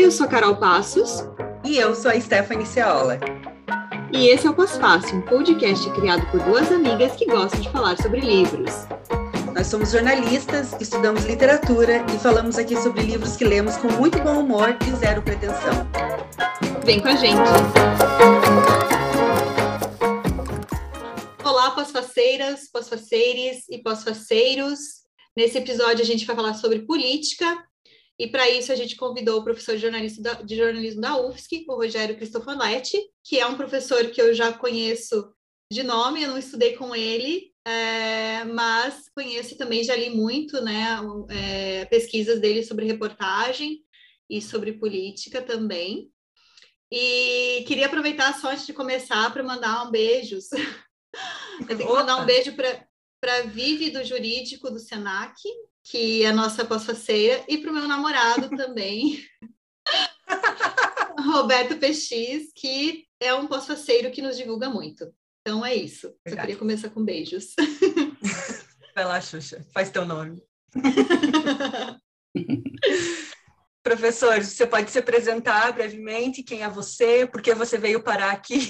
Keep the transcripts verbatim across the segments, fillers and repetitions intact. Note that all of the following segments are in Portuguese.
eu sou a Carol Passos. E eu sou a Stephanie Ceola. E esse é o Pós-Fácil, um podcast criado por duas amigas que gostam de falar sobre livros. Nós somos jornalistas, estudamos literatura e falamos aqui sobre livros que lemos com muito bom humor e zero pretensão. Vem com a gente! Olá, pós-faceiras, pós-faceires e pós-faceiros. Nesse episódio a gente vai falar sobre política e para isso a gente convidou o professor de jornalismo da, de jornalismo da U F S C, o Rogério Cristofoletti, que é um professor que eu já conheço de nome, eu não estudei com ele, é, mas conheço também, já li muito, né, é, pesquisas dele sobre reportagem e sobre política também. E queria aproveitar só antes de começar para mandar um beijos. Eu tenho que mandar um beijo para a Vivi do Jurídico do Senac, que é a nossa pós-faceira, e para o meu namorado também, Roberto P X, que é um pós-faceiro que nos divulga muito. Então é isso. Verdade. Só queria começar com beijos. Vai lá, Xuxa, faz teu nome. Professor, você pode se apresentar brevemente? Quem é você? Por que você veio parar aqui?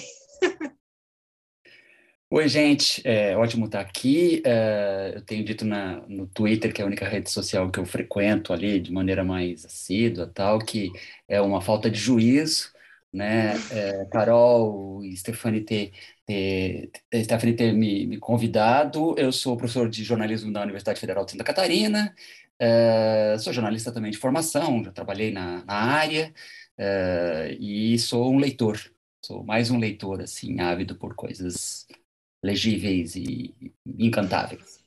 Oi, gente, é ótimo estar aqui. É, eu tenho dito na, no Twitter, que é a única rede social que eu frequento ali de maneira mais assídua, tal, que é uma falta de juízo, né? É, Carol e Stephanie ter, ter, Stephanie ter me, me convidado. Eu sou professor de jornalismo da Universidade Federal de Santa Catarina, é, sou jornalista também de formação, já trabalhei na, na área, é, e sou um leitor, sou mais um leitor, assim, ávido por coisas legíveis e encantáveis.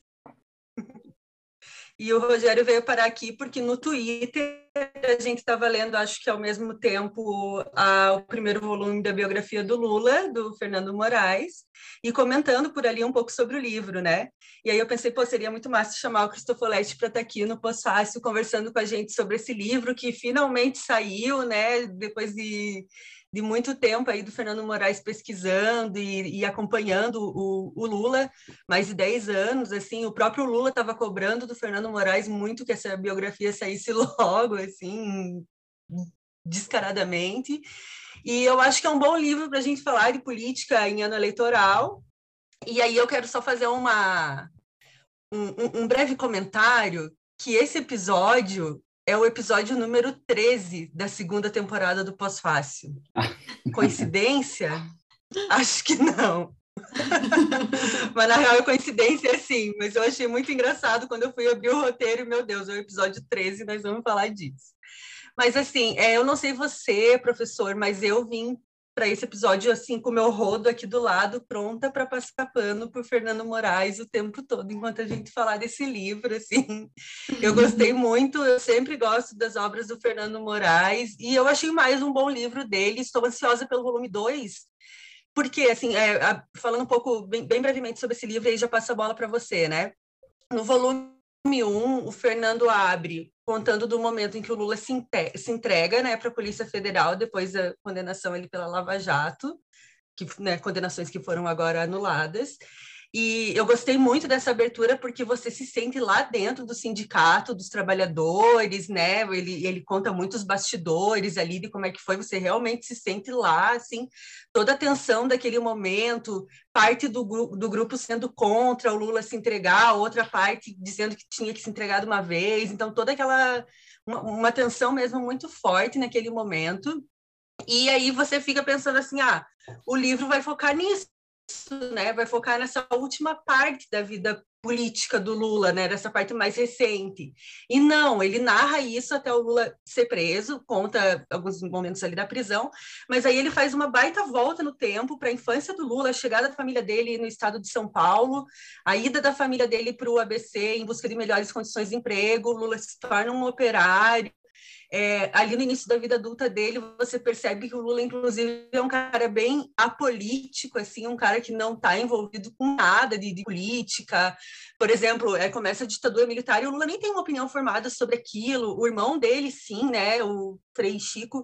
E o Rogério veio parar aqui porque no Twitter a gente estava lendo, acho que ao mesmo tempo, a, o primeiro volume da biografia do Lula, do Fernando Moraes, e comentando por ali um pouco sobre o livro, né? E aí eu pensei, pô, seria muito massa chamar o Cristofoletti para estar aqui no Pós-Fácil conversando com a gente sobre esse livro que finalmente saiu, né? Depois de... de muito tempo aí do Fernando Moraes pesquisando e, e acompanhando o, o Lula, mais de dez anos, assim, o próprio Lula estava cobrando do Fernando Moraes muito que essa biografia saísse logo, assim, descaradamente, e eu acho que é um bom livro para a gente falar de política em ano eleitoral, e aí eu quero só fazer uma, um, um breve comentário, que esse episódio é o episódio número treze da segunda temporada do Pós-Fácil. Coincidência? Acho que não. Mas, na real, é coincidência, sim. Mas eu achei muito engraçado quando eu fui abrir o roteiro. Meu Deus, é o episódio treze, nós vamos falar disso. Mas, assim, é, eu não sei você, professor, mas eu vim para esse episódio, assim, com o meu rodo aqui do lado, pronta para passar pano por Fernando Moraes o tempo todo, enquanto a gente falar desse livro, assim. Eu gostei muito, eu sempre gosto das obras do Fernando Moraes, e eu achei mais um bom livro dele, estou ansiosa pelo volume dois, porque, assim, é, a, falando um pouco, bem, bem brevemente sobre esse livro, aí já passo a bola para você, né? No volume um, o Fernando abre contando do momento em que o Lula se, se entrega, né, para a Polícia Federal depois da condenação ali pela Lava Jato, que, né, condenações que foram agora anuladas. E eu gostei muito dessa abertura porque você se sente lá dentro do sindicato, dos trabalhadores, né? Ele, ele conta muitos bastidores ali de como é que foi, você realmente se sente lá, assim, toda a tensão daquele momento, parte do, gru do grupo sendo contra o Lula se entregar, outra parte dizendo que tinha que se entregar de uma vez, então toda aquela, uma, uma tensão mesmo muito forte naquele momento. E aí você fica pensando assim, ah, o livro vai focar nisso, né? Vai focar nessa última parte da vida política do Lula, né? Dessa parte mais recente. E não, ele narra isso até o Lula ser preso, conta alguns momentos ali da prisão, mas aí ele faz uma baita volta no tempo para a infância do Lula, a chegada da família dele no estado de São Paulo, a ida da família dele para o A B C em busca de melhores condições de emprego, o Lula se torna um operário. É, ali no início da vida adulta dele, você percebe que o Lula, inclusive, é um cara bem apolítico, assim, um cara que não está envolvido com nada de, de política. Por exemplo, é, começa a ditadura militar e o Lula nem tem uma opinião formada sobre aquilo. O irmão dele, sim, né, o Frei Chico,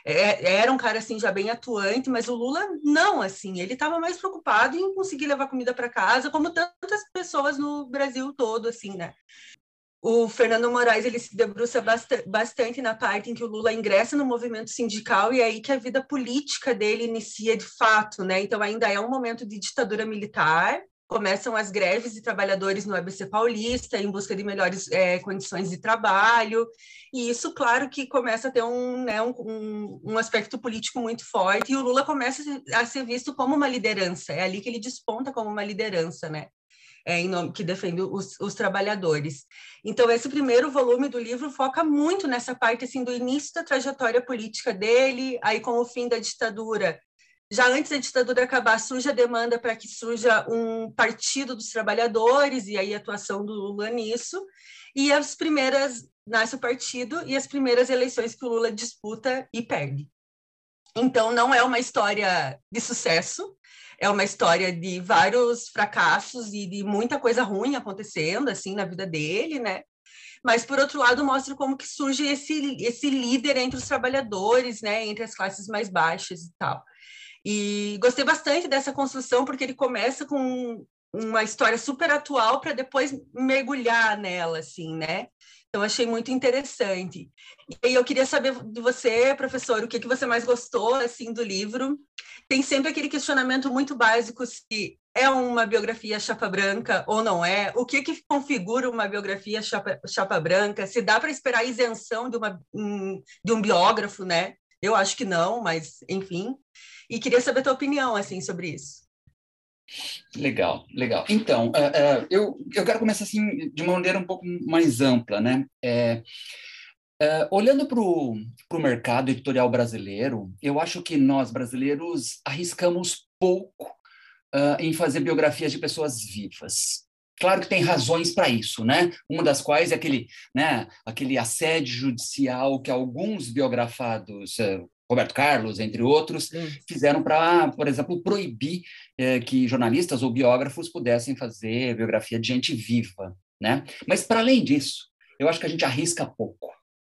é, era um cara, assim, já bem atuante, mas o Lula não, assim, ele estava mais preocupado em conseguir levar comida para casa, como tantas pessoas no Brasil todo, assim, né. o Fernando Moraes ele se debruça basta, bastante na parte em que o Lula ingressa no movimento sindical e é aí que a vida política dele inicia de fato, né? Então ainda é um momento de ditadura militar, começam as greves de trabalhadores no A B C Paulista em busca de melhores é, condições de trabalho, e isso, claro, que começa a ter um, né, um, um aspecto político muito forte, e o Lula começa a ser visto como uma liderança, é ali que ele desponta como uma liderança, né? É, em nome, que defende os, os trabalhadores. Então, esse primeiro volume do livro foca muito nessa parte assim, do início da trajetória política dele, aí com o fim da ditadura. Já antes da ditadura acabar, surge a demanda para que surja um partido dos trabalhadores, e aí a atuação do Lula nisso, e as primeiras, nasce o partido, e as primeiras eleições que o Lula disputa e perde. Então, não é uma história de sucesso, é uma história de vários fracassos e de muita coisa ruim acontecendo, assim, na vida dele, né? Mas, por outro lado, mostra como que surge esse, esse líder entre os trabalhadores, né? Entre as classes mais baixas e tal. E gostei bastante dessa construção, porque ele começa com uma história super atual para depois mergulhar nela, assim, né? Então, achei muito interessante. E aí eu queria saber de você, professor, o que, que você mais gostou, assim, do livro. Tem sempre aquele questionamento muito básico se é uma biografia chapa branca ou não é, o que, que configura uma biografia chapa, chapa branca, se dá para esperar a isenção de, uma, de um biógrafo, né? Eu acho que não, mas, enfim. E queria saber a tua opinião, assim, sobre isso. Legal, legal. Então, uh, uh, eu, eu quero começar assim de uma maneira um pouco mais ampla, né? É, uh, olhando para o mercado editorial brasileiro, eu acho que nós, brasileiros, arriscamos pouco uh, em fazer biografias de pessoas vivas. Claro que tem razões para isso, né? Uma das quais é aquele, né, aquele assédio judicial que alguns biografados... Uh, Roberto Carlos, entre outros, fizeram para, por exemplo, proibir eh, que jornalistas ou biógrafos pudessem fazer biografia de gente viva, né? Mas, para além disso, eu acho que a gente arrisca pouco.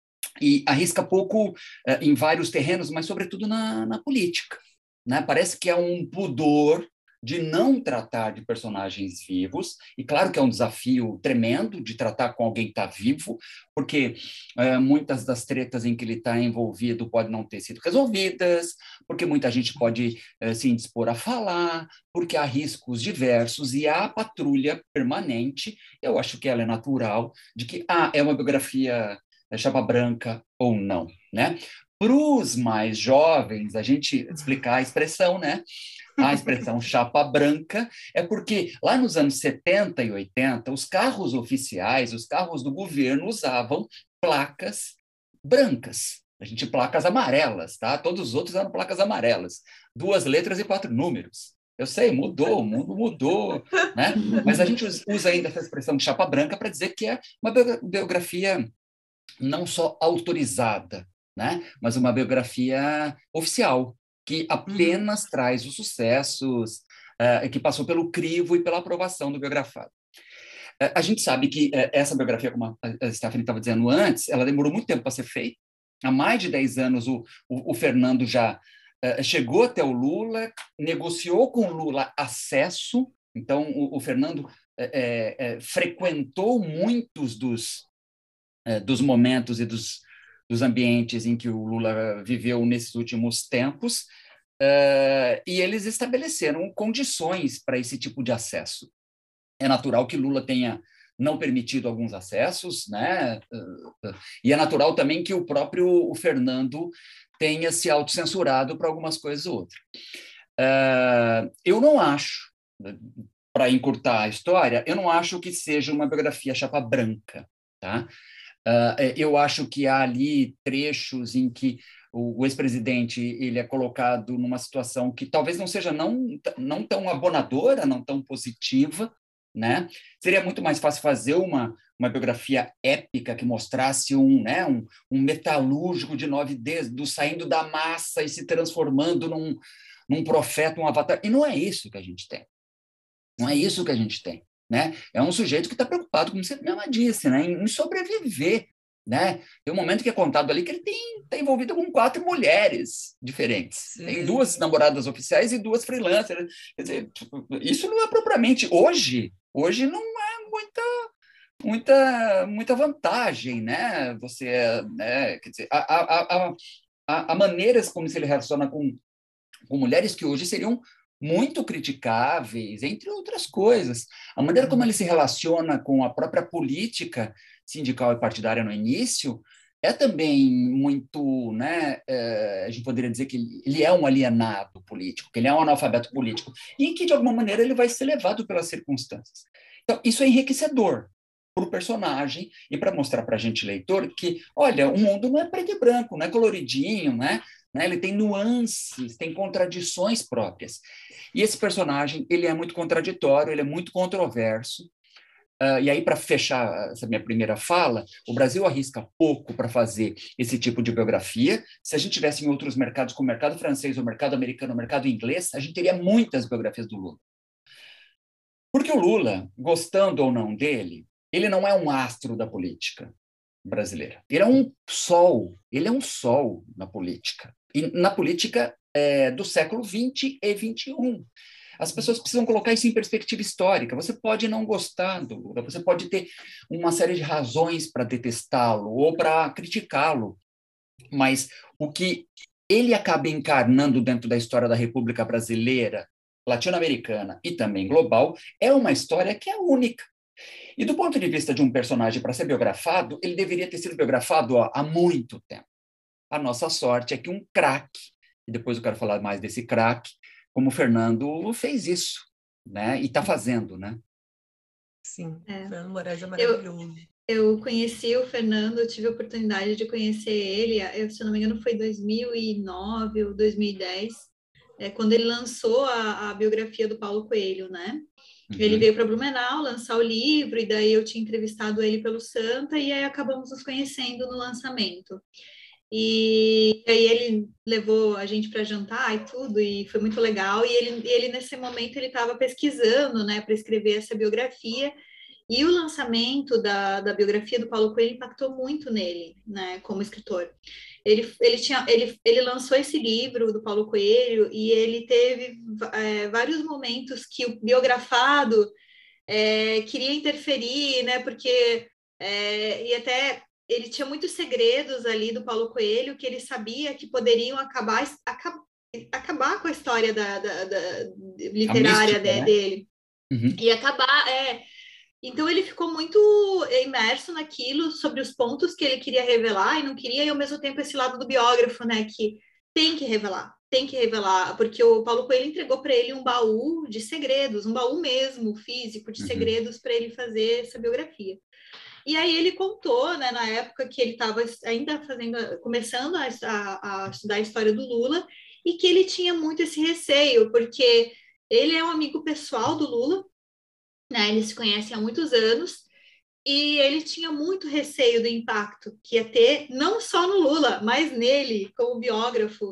E arrisca pouco eh, em vários terrenos, mas, sobretudo, na, na política, né? Parece que é um pudor de não tratar de personagens vivos, e claro que é um desafio tremendo de tratar com alguém que está vivo, porque é, muitas das tretas em que ele está envolvido podem não ter sido resolvidas, porque muita gente pode é, se indispor a falar, porque há riscos diversos, e há a patrulha permanente, eu acho que ela é natural, de que ah, é uma biografia é, chapa branca ou não, né? Para os mais jovens, a gente explicar a expressão, né? A expressão chapa branca é porque lá nos anos setenta e oitenta, os carros oficiais, os carros do governo usavam placas brancas. A gente placas amarelas, tá? Todos os outros eram placas amarelas. Duas letras e quatro números. Eu sei, mudou, o mundo mudou, né? Mas a gente usa ainda essa expressão de chapa branca para dizer que é uma biografia não só autorizada, né? Mas uma biografia oficial, que apenas uhum. traz os sucessos, uh, que passou pelo crivo e pela aprovação do biografado. Uh, a gente sabe que uh, essa biografia, como a Stephanie estava dizendo antes, ela demorou muito tempo para ser feita. Há mais de dez anos, o, o, o Fernando já uh, chegou até o Lula, negociou com o Lula acesso. Então, o, o Fernando uh, uh, frequentou muitos dos, uh, dos momentos e dos dos ambientes em que o Lula viveu nesses últimos tempos, uh, e eles estabeleceram condições para esse tipo de acesso. É natural que Lula tenha não permitido alguns acessos, né? Uh, uh, e é natural também que o próprio o Fernando tenha se autocensurado para algumas coisas ou outras. Uh, eu não acho, para encurtar a história, eu não acho que seja uma biografia chapa branca, tá? Uh, eu acho que há ali trechos em que o, o ex-presidente ele é colocado numa situação que talvez não seja não, não tão abonadora, não tão positiva, né? Seria muito mais fácil fazer uma, uma biografia épica que mostrasse um, né, um, um metalúrgico de nove dedos saindo da massa e se transformando num, num profeta, um avatar. E não é isso que a gente tem. Não é isso que a gente tem. Né? É um sujeito que está preocupado, como você mesma disse, né? em, em sobreviver. Né? Tem um momento que é contado ali que ele está envolvido com quatro mulheres diferentes. Sim. Tem duas namoradas oficiais e duas freelancers. Quer dizer, isso não é propriamente... Hoje, hoje não é muita, muita, muita vantagem, né? Você, né? Quer dizer, a, a, a, a, a maneiras como se ele relaciona com, com mulheres que hoje seriam muito criticáveis, entre outras coisas. A maneira como ele se relaciona com a própria política sindical e partidária no início é também muito, né, é, a gente poderia dizer que ele é um alienado político, que ele é um analfabeto político, e que, de alguma maneira, ele vai ser levado pelas circunstâncias. Então, isso é enriquecedor para o personagem e para mostrar para a gente, leitor, que, olha, o mundo não é preto e branco, não é coloridinho, né? Né? Ele tem nuances, tem contradições próprias. E esse personagem, ele é muito contraditório, ele é muito controverso. Uh, e aí, para fechar essa minha primeira fala, o Brasil arrisca pouco para fazer esse tipo de biografia. Se a gente tivesse em outros mercados, como o mercado francês, o mercado americano, o mercado inglês, a gente teria muitas biografias do Lula. Porque o Lula, gostando ou não dele, ele não é um astro da política brasileira. Ele é um sol, ele é um sol na política. E na política é, do século vinte e vinte e um. As pessoas precisam colocar isso em perspectiva histórica. Você pode não gostar do Lula, você pode ter uma série de razões para detestá-lo ou para criticá-lo, mas o que ele acaba encarnando dentro da história da República Brasileira, latino-americana e também global, é uma história que é única. E do ponto de vista de um personagem para ser biografado, ele deveria ter sido biografado ó, há muito tempo. A nossa sorte é que um craque, e depois eu quero falar mais desse craque, como o Fernando fez isso, né? E está fazendo, né? Sim, é. Fernando Moraes é maravilhoso. Eu, eu conheci o Fernando, eu tive a oportunidade de conhecer ele, eu, se não me engano foi dois mil e nove ou dois mil e dez, é, quando ele lançou a, a biografia do Paulo Coelho, né? Uhum. Ele veio para Blumenau lançar o livro, e daí eu tinha entrevistado ele pelo Santa, e aí acabamos nos conhecendo no lançamento. E aí ele levou a gente para jantar e tudo, e foi muito legal. E ele, ele nesse momento, ele estava pesquisando, né, para escrever essa biografia. E o lançamento da, da biografia do Paulo Coelho impactou muito nele, né, como escritor. Ele, ele, tinha, ele, ele lançou esse livro do Paulo Coelho e ele teve é, vários momentos que o biografado é, queria interferir, né, porque... É, e até... ele tinha muitos segredos ali do Paulo Coelho que ele sabia que poderiam acabar, acabar, acabar com a história da, da, da literária mística, né, dele. Uhum. E acabar, é... Então ele ficou muito imerso naquilo, sobre os pontos que ele queria revelar e não queria, e ao mesmo tempo esse lado do biógrafo, né, que tem que revelar, tem que revelar, porque o Paulo Coelho entregou para ele um baú de segredos, um baú mesmo, físico, de uhum. segredos para ele fazer essa biografia. E aí ele contou, né, na época que ele estava ainda fazendo, começando a, a, a estudar a história do Lula, e que ele tinha muito esse receio, porque ele é um amigo pessoal do Lula, né, eles se conhecem há muitos anos, e ele tinha muito receio do impacto que ia ter, não só no Lula, mas nele, como biógrafo.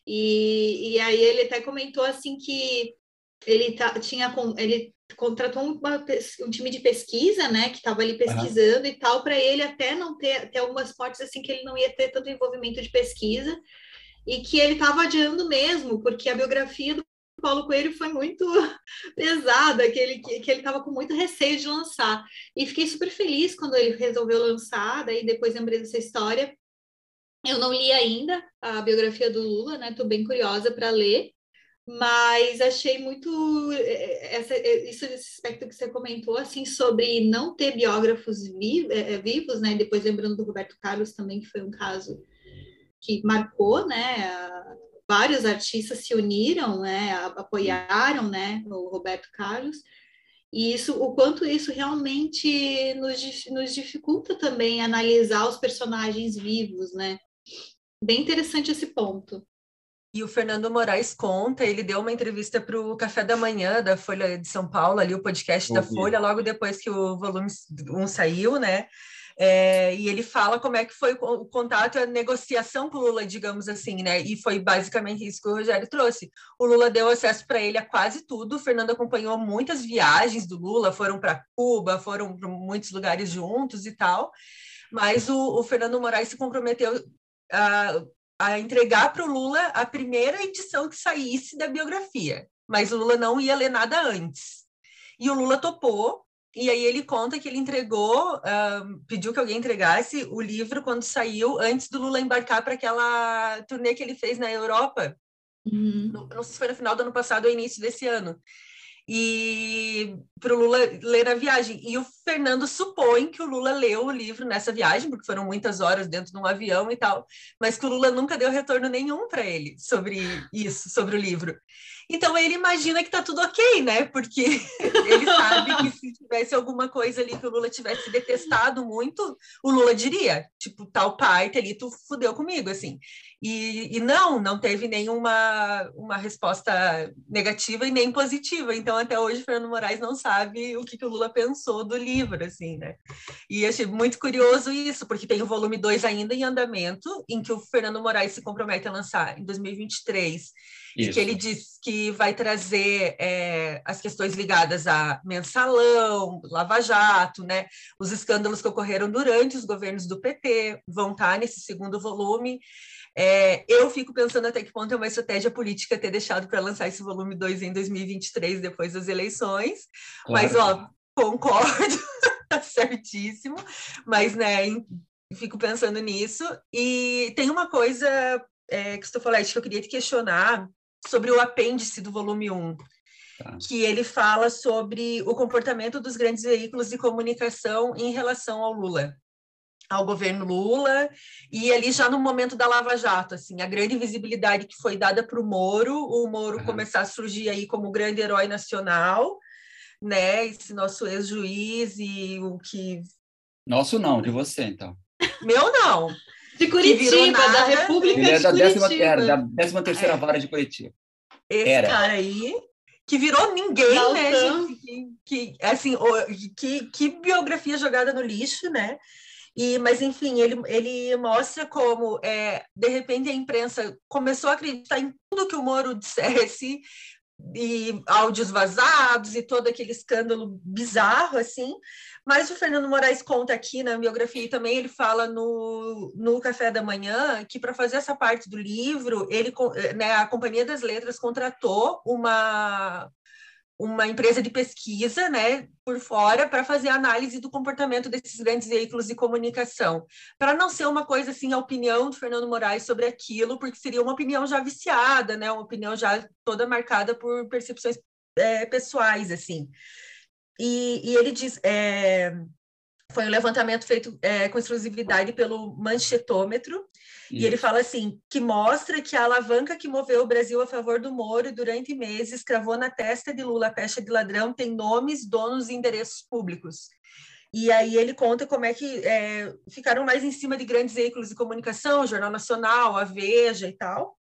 E, e aí ele até comentou assim que ele tá, tinha ele contratou uma, um time de pesquisa, né, que estava ali pesquisando uhum. e tal, para ele até não ter, ter algumas partes assim que ele não ia ter tanto envolvimento de pesquisa, e que ele estava adiando mesmo, porque a biografia do Paulo Coelho foi muito pesada, que ele que, que ele estava com muito receio de lançar. E fiquei super feliz quando ele resolveu lançar, daí depois lembrei dessa história. Eu não li ainda a biografia do Lula, né? Estou bem curiosa para ler. Mas achei muito essa, isso, esse aspecto que você comentou, assim, sobre não ter biógrafos vi, é, vivos, né? Depois lembrando do Roberto Carlos também, que foi um caso que marcou, né? Vários artistas se uniram, né? Apoiaram, né? O Roberto Carlos. E isso, o quanto isso realmente nos, nos dificulta também analisar os personagens vivos, né? Bem interessante esse ponto. E o Fernando Moraes conta, ele deu uma entrevista para o Café da Manhã da Folha de São Paulo, ali o podcast da Folha, logo depois que o volume um saiu, né? É, e ele fala como é que foi o contato e a negociação com o Lula, digamos assim, né? E foi basicamente isso que o Rogério trouxe. O Lula deu acesso para ele a quase tudo, o Fernando acompanhou muitas viagens do Lula, foram para Cuba, foram para muitos lugares juntos e tal, mas o, o Fernando Moraes se comprometeu a... a entregar para o Lula a primeira edição que saísse da biografia, mas o Lula não ia ler nada antes. E o Lula topou, e aí ele conta que ele entregou, uh, pediu que alguém entregasse o livro quando saiu, antes do Lula embarcar para aquela turnê que ele fez na Europa. Uhum. No, não sei se foi no final do ano passado ou início desse ano. E para o Lula ler na viagem. E o Fernando supõe que o Lula leu o livro nessa viagem, porque foram muitas horas dentro de um avião e tal, mas que o Lula nunca deu retorno nenhum para ele sobre isso, sobre o livro. Então ele imagina que está tudo ok, né? Porque ele sabe que se tivesse alguma coisa ali que o Lula tivesse detestado muito, o Lula diria, tipo, tal parte ali, tu fudeu comigo, assim. E, e não, não teve nenhuma uma resposta negativa e nem positiva. Então, até hoje, Fernando Moraes não sabe o que, que o Lula pensou do livro, assim, né? E achei muito curioso isso, porque tem o volume dois ainda em andamento, em que o Fernando Moraes se compromete a lançar em dois mil e vinte e três, e que ele diz que vai trazer é, as questões ligadas a mensalão, Lava Jato, né? Os escândalos que ocorreram durante os governos do P T vão estar nesse segundo volume. É, eu fico pensando até que ponto é uma estratégia política ter deixado para lançar esse volume dois em dois mil e vinte e três, depois das eleições. Claro. Mas, ó, concordo, tá certíssimo. Mas, né, fico pensando nisso. E tem uma coisa, é, Cristofalete, que eu queria te questionar sobre o apêndice do volume um, tá. Que ele fala sobre o comportamento dos grandes veículos de comunicação em relação ao Lula, ao governo Lula, e ali já no momento da Lava Jato, assim, a grande visibilidade que foi dada para o Moro, o Moro uhum. começar a surgir aí como grande herói nacional, né, esse nosso ex-juiz e o que... Nosso não, de você, então. Meu não. De Curitiba, nada, da República ele é de da Curitiba. Décima, era da décima terceira é. vara de Curitiba. Esse era. cara aí... que virou ninguém, Dalton. Né, gente? Que, que, assim, que, que biografia jogada no lixo, né? E, mas, enfim, ele, ele mostra como, é, de repente, a imprensa começou a acreditar em tudo que o Moro dissesse, e áudios vazados e todo aquele escândalo bizarro, assim. Mas o Fernando Moraes conta aqui na biografia, e também ele fala no, no Café da Manhã, que para fazer essa parte do livro, ele, né, a Companhia das Letras contratou uma... uma empresa de pesquisa, né, por fora, para fazer análise do comportamento desses grandes veículos de comunicação, para não ser uma coisa assim, a opinião do Fernando Moraes sobre aquilo, porque seria uma opinião já viciada, né, uma opinião já toda marcada por percepções é, pessoais, assim. E, e ele diz, é, foi um levantamento feito é, com exclusividade pelo Manchetômetro, isso. E ele fala assim, que mostra que a alavanca que moveu o Brasil a favor do Moro durante meses cravou na testa de Lula a pecha de ladrão, tem nomes, donos e endereços públicos. E aí ele conta como é que é, ficaram mais em cima de grandes veículos de comunicação, o Jornal Nacional, a Veja e tal,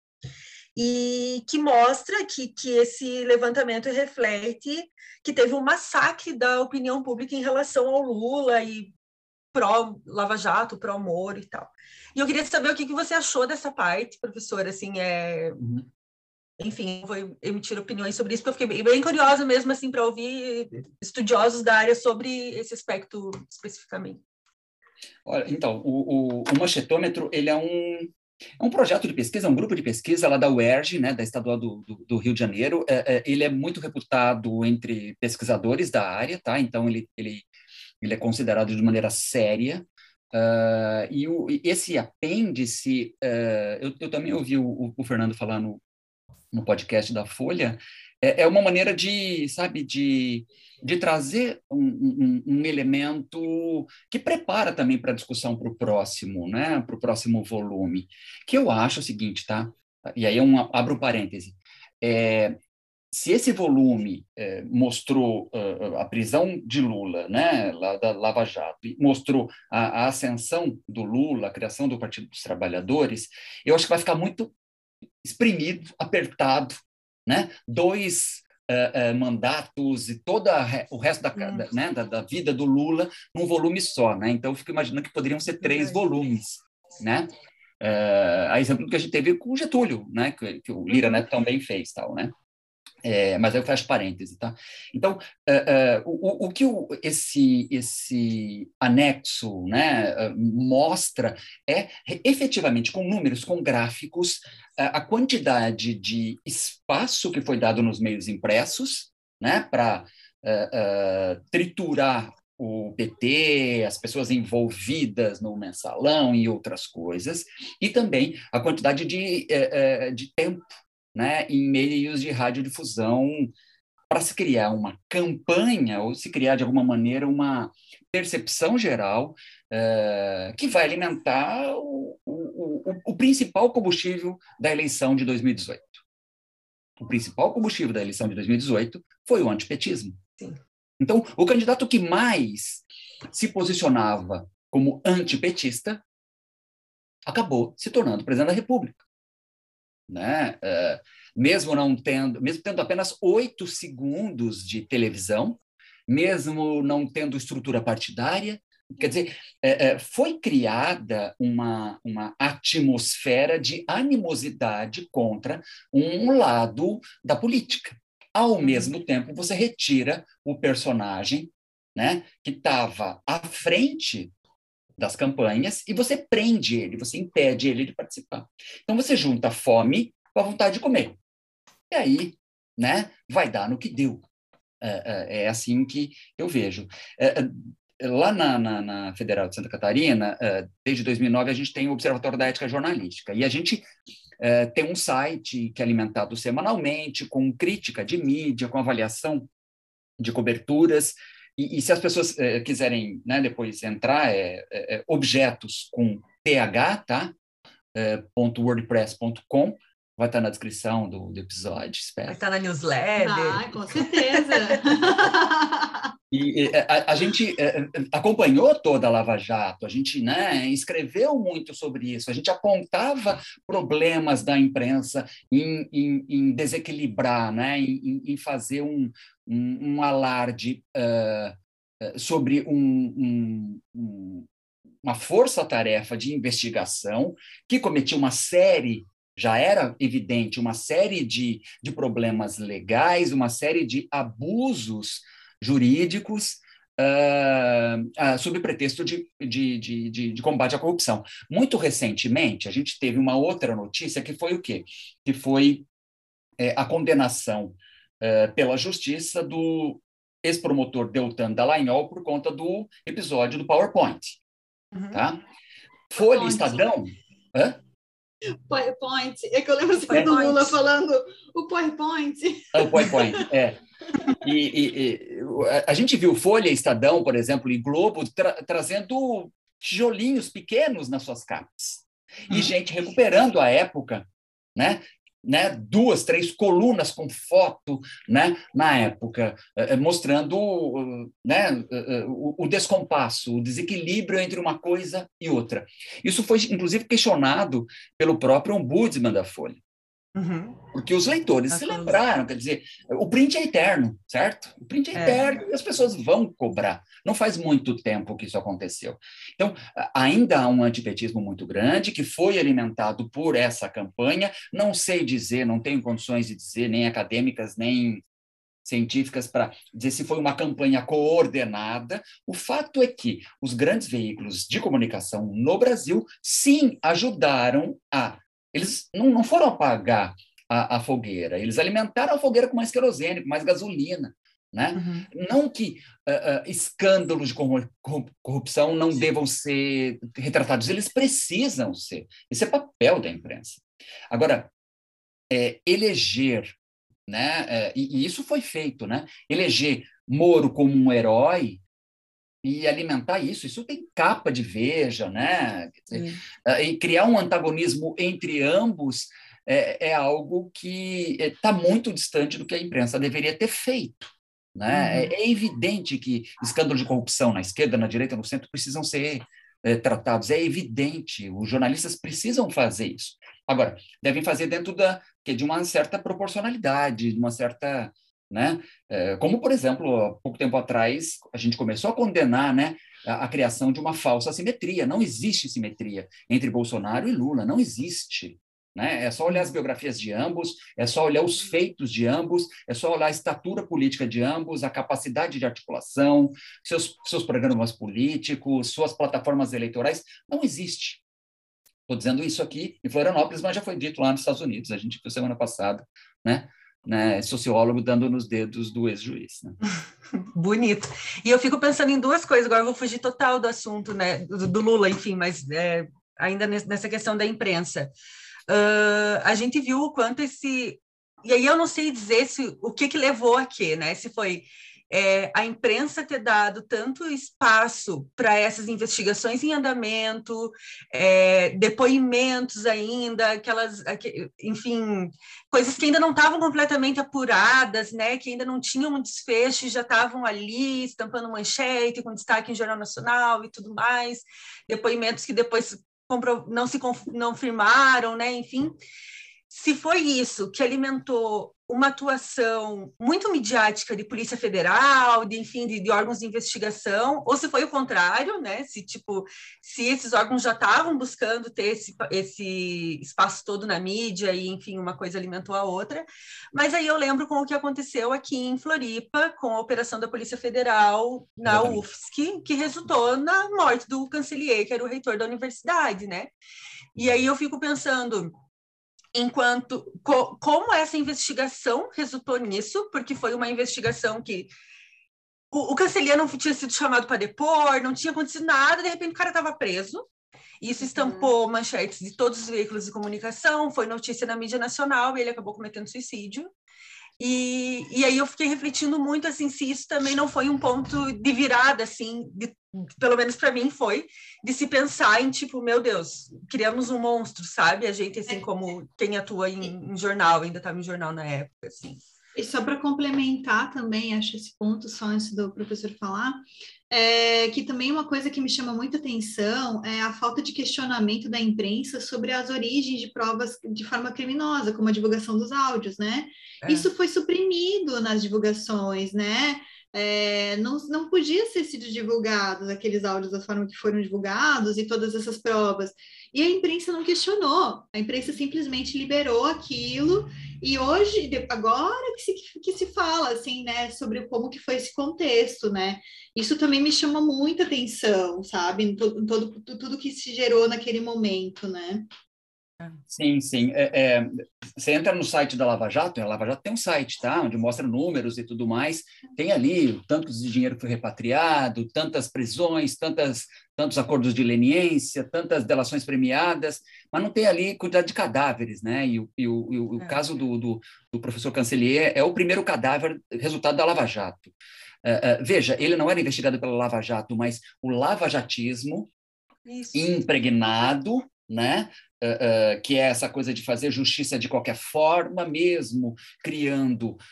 e que mostra que, que esse levantamento reflete que teve um massacre da opinião pública em relação ao Lula e pró-Lava Jato, pró-Moro e tal. E eu queria saber o que, que você achou dessa parte, professora, assim, é... Uhum. Enfim, vou emitir opiniões sobre isso, porque eu fiquei bem curiosa mesmo, assim, para ouvir estudiosos da área sobre esse aspecto especificamente. Olha, então, o, o, o Manchetômetro, ele é um, é um projeto de pesquisa, é um grupo de pesquisa lá da U E R J, né, da Estadual do, do, do Rio de Janeiro. É, é, ele é muito reputado entre pesquisadores da área, tá? Então, ele, ele, ele é considerado de maneira séria. Uh, e, o, e esse apêndice, uh, eu, eu também ouvi o, o Fernando falar no, no podcast da Folha, é, é uma maneira de, sabe, de, de trazer um, um, um elemento que prepara também para a discussão para o próximo, né, para o próximo volume, que eu acho o seguinte, tá? E aí eu um, abro um parêntese. É, se esse volume eh, mostrou uh, a prisão de Lula, né, lá da Lava Jato, e mostrou a, a ascensão do Lula, a criação do Partido dos Trabalhadores, eu acho que vai ficar muito espremido, apertado, né? Dois uh, uh, mandatos e todo o resto da, hum. da, né, da, da vida do Lula num volume só, né? Então, eu fico imaginando que poderiam ser três volumes, né? Uh, a exemplo do que a gente teve com o Getúlio, né? Que, que o Lira, uhum. Neto também fez, tal, né? É, mas aí eu fecho parênteses, tá? Então, uh, uh, o, o que o, esse, esse anexo, né, uh, mostra é, efetivamente, com números, com gráficos, uh, a quantidade de espaço que foi dado nos meios impressos, né, para uh, uh, triturar o P T, as pessoas envolvidas no mensalão e outras coisas, e também a quantidade de, uh, de tempo, né, em meios de radiodifusão para se criar uma campanha ou se criar, de alguma maneira, uma percepção geral uh, que vai alimentar o, o, o, o principal combustível da eleição de dois mil e dezoito. O principal combustível da eleição de dois mil e dezoito foi o antipetismo. Sim. Então, o candidato que mais se posicionava como antipetista acabou se tornando presidente da República. Né? Uh, mesmo não tendo, mesmo tendo apenas oito segundos de televisão, mesmo não tendo estrutura partidária, quer dizer, uh, uh, foi criada uma, uma atmosfera de animosidade contra um lado da política. Ao mesmo tempo, você retira o personagem, né, que estava à frente das campanhas e você prende ele, você impede ele de participar. Então, você junta a fome com a vontade de comer. E aí, né, vai dar no que deu. É, é, é assim que eu vejo. É, lá na, na, na Federal de Santa Catarina, desde dois mil e nove, a gente tem o Observatório da Ética Jornalística. E a gente é, tem um site que é alimentado semanalmente, com crítica de mídia, com avaliação de coberturas. E, e se as pessoas é, quiserem, né, depois entrar, é, é, objetos com th, tá? É, .wordpress ponto com, vai estar na descrição do, do episódio, espero. Vai estar na newsletter. Ah, com certeza. E a, a gente é, acompanhou toda a Lava Jato, a gente, né, escreveu muito sobre isso, a gente apontava problemas da imprensa em, em, em desequilibrar, né, em, em fazer um, um, um alarde uh, sobre um, um, um, uma força-tarefa de investigação que cometia uma série, já era evidente, uma série de, de problemas legais, uma série de abusos jurídicos uh, uh, sob pretexto de, de, de, de, de combate à corrupção. Muito recentemente, a gente teve uma outra notícia que foi o quê? Que foi é, a condenação uh, pela justiça do ex-promotor Deltan Dallagnol por conta do episódio do PowerPoint. Uhum. Tá? Folha e Estadão... Hã? PowerPoint. É que eu lembro sempre do Lula falando o PowerPoint. É, o PowerPoint, é. E, e, e a gente viu Folha, Estadão, por exemplo, e Globo tra trazendo tijolinhos pequenos nas suas capas. E hum. gente recuperando a época, né? Né? Duas, três colunas com foto, né? Na época, eh, mostrando, né? o, o descompasso, o desequilíbrio entre uma coisa e outra. Isso foi, inclusive, questionado pelo próprio ombudsman da Folha. Uhum. Porque os leitores a se coisa. lembraram, quer dizer, o print é eterno, certo? O print é, é eterno e as pessoas vão cobrar. Não faz muito tempo que isso aconteceu. Então, ainda há um antipetismo muito grande que foi alimentado por essa campanha. Não sei dizer, não tenho condições de dizer, nem acadêmicas, nem científicas, para dizer se foi uma campanha coordenada. O fato é que os grandes veículos de comunicação no Brasil, sim, ajudaram a... Eles não, não foram apagar a, a fogueira, eles alimentaram a fogueira com mais querosene, com mais gasolina. Né? Uhum. Não que uh, uh, escândalos de corrupção não devam ser retratados, eles precisam ser. Esse é papel da imprensa. Agora, é, eleger, né? É, e, e isso foi feito, né? Eleger Moro como um herói e alimentar isso, isso tem capa de Veja, né? Quer dizer, uh, e criar um antagonismo entre ambos é, é algo que está muito distante do que a imprensa deveria ter feito. Né? Uhum. É, é evidente que escândalos de corrupção na esquerda, na direita, no centro precisam ser é, tratados, é evidente, os jornalistas precisam fazer isso. Agora, devem fazer dentro da, de uma certa proporcionalidade, de uma certa... Né? É, como, por exemplo, há pouco tempo atrás, a gente começou a condenar, né, a, a criação de uma falsa simetria. Não existe simetria entre Bolsonaro e Lula, não existe. Né? É só olhar as biografias de ambos, é só olhar os feitos de ambos, é só olhar a estatura política de ambos, a capacidade de articulação, seus, seus programas políticos, suas plataformas eleitorais. Não existe. Estou dizendo isso aqui em Florianópolis, mas já foi dito lá nos Estados Unidos, a gente viu semana passada, né? né, sociólogo dando nos dedos do ex-juiz, né? Bonito. E eu fico pensando em duas coisas, agora eu vou fugir total do assunto, né, do, do Lula, enfim, mas é, ainda nessa questão da imprensa. Uh, a gente viu o quanto esse... E aí eu não sei dizer se, o que que levou a quê, né? Se foi é, a imprensa ter dado tanto espaço para essas investigações em andamento, é, depoimentos ainda, aquelas, enfim, coisas que ainda não estavam completamente apuradas, né? Que ainda não tinham um desfecho e já estavam ali estampando manchete com destaque em Jornal Nacional e tudo mais, depoimentos que depois não se confirmaram, né? Enfim, se foi isso que alimentou uma atuação muito midiática de Polícia Federal, de, enfim, de, de órgãos de investigação, ou se foi o contrário, né? Se, tipo, se esses órgãos já estavam buscando ter esse, esse espaço todo na mídia e, enfim, uma coisa alimentou a outra. Mas aí eu lembro com o que aconteceu aqui em Floripa, com a operação da Polícia Federal na Exatamente. U F S C, que resultou na morte do Cancellier, que era o reitor da universidade, né? E aí eu fico pensando... enquanto co, como essa investigação resultou nisso, porque foi uma investigação que o, o Cancellier não tinha sido chamado para depor, não tinha acontecido nada, de repente o cara estava preso. Isso estampou uhum. manchetes de todos os veículos de comunicação, foi notícia na mídia nacional e ele acabou cometendo suicídio. E, e aí eu fiquei refletindo muito assim, se isso também não foi um ponto de virada, assim, de, pelo menos para mim foi, de se pensar em tipo, meu Deus, criamos um monstro, sabe? A gente, assim, como quem atua em, em jornal, ainda estava em jornal na época, assim. E só para complementar também, acho esse ponto, só antes do professor falar, é que também uma coisa que me chama muita atenção é a falta de questionamento da imprensa sobre as origens de provas de forma criminosa, como a divulgação dos áudios, né? É. Isso foi suprimido nas divulgações, né? É, não, não podia ser sido divulgados aqueles áudios da forma que foram divulgados e todas essas provas. E a imprensa não questionou, a imprensa simplesmente liberou aquilo, e hoje, agora que se, que se fala, assim, né, sobre como que foi esse contexto, né? Isso também me chama muita atenção, sabe? Em todo, todo, tudo que se gerou naquele momento, né? Sim, sim. É, é, você entra no site da Lava Jato, a Lava Jato tem um site, tá? Onde mostra números e tudo mais. Tem ali tantos de dinheiro que foi repatriado, tantas prisões, tantas, tantos acordos de leniência, tantas delações premiadas, mas não tem ali quantidade de cadáveres, né? E o, e o, e o é. caso do, do, do professor Cancellier é o primeiro cadáver resultado da Lava Jato. Uh, uh, veja, ele não era investigado pela Lava Jato, mas o lavajatismo Isso. impregnado, né? Uh, uh, que é essa coisa de fazer justiça de qualquer forma, mesmo criando uh,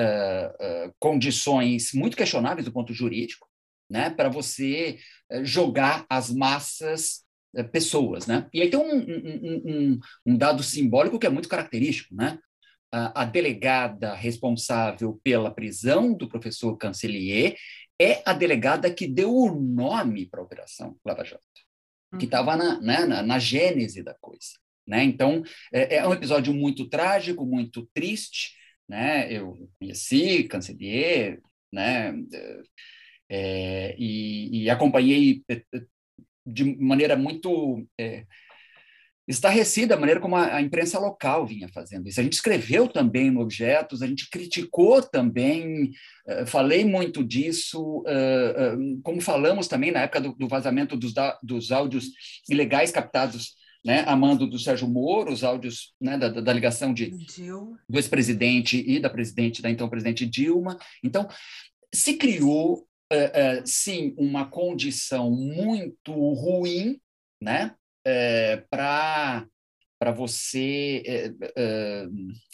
uh, uh, condições muito questionáveis do ponto jurídico, né? Para você uh, jogar as massas uh, pessoas, né? E aí tem um, um, um, um dado simbólico que é muito característico, né? A delegada responsável pela prisão do professor Cancellier é a delegada que deu o nome para a Operação Lava Jato, uhum. que estava na, né, na, na gênese da coisa. Né? Então, é, é um episódio muito trágico, muito triste. Né? Eu conheci Cancellier, né? é, e, e acompanhei de maneira muito... É, estarrecida a maneira como a, a imprensa local vinha fazendo isso. A gente escreveu também no Objetos, a gente criticou também, uh, falei muito disso, uh, uh, como falamos também na época do, do vazamento dos, da, dos áudios ilegais captados, né, a mando do Sérgio Moro, os áudios, né, da, da ligação de, do ex-presidente e da presidente, da então presidente Dilma. Então, se criou, uh, uh, sim, uma condição muito ruim, né, É, para você é, é,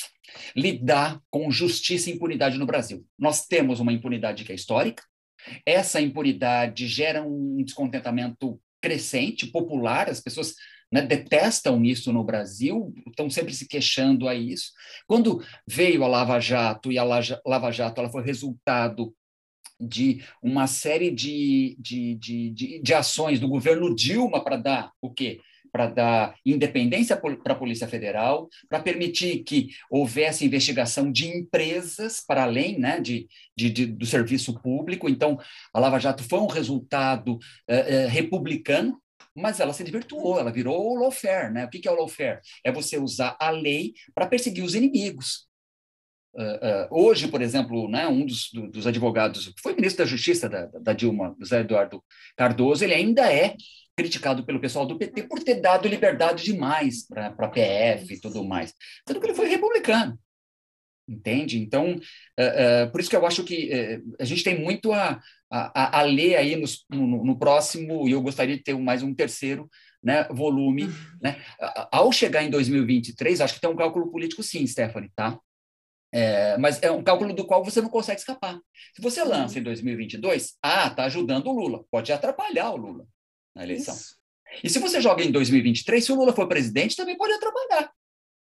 lidar com justiça e impunidade no Brasil. Nós temos uma impunidade que é histórica, essa impunidade gera um descontentamento crescente, popular, as pessoas, né, detestam isso no Brasil, estão sempre se queixando a isso. Quando veio a Lava Jato, e a Lava Jato ela foi resultado de uma série de, de, de, de, de ações do governo Dilma para dar o quê? Para dar independência para a Polícia Federal, para permitir que houvesse investigação de empresas para além, né, de, de, de, do serviço público. Então, a Lava Jato foi um resultado eh, eh, republicano, mas ela se desvirtuou, ela virou o lawfare. Né? O que é o lawfare? É você usar a lei para perseguir os inimigos. Uh, uh, hoje, por exemplo, né, um dos, do, dos advogados, que foi ministro da Justiça da, da Dilma, José Eduardo Cardoso, ele ainda é criticado pelo pessoal do P T por ter dado liberdade demais para a P F e tudo mais, sendo que ele foi republicano, entende? Então, uh, uh, por isso que eu acho que uh, a gente tem muito a, a, a ler aí nos, no, no próximo, e eu gostaria de ter mais um terceiro, né, volume. Uhum. Né? Ao chegar em dois mil e vinte e três, acho que tem um cálculo político sim, Stephanie, tá? É, mas é um cálculo do qual você não consegue escapar. Se você lança em dois mil e vinte e dois, ah, está ajudando o Lula, pode atrapalhar o Lula na eleição. Isso. E se você joga em dois mil e vinte e três, se o Lula for presidente, também pode atrapalhar.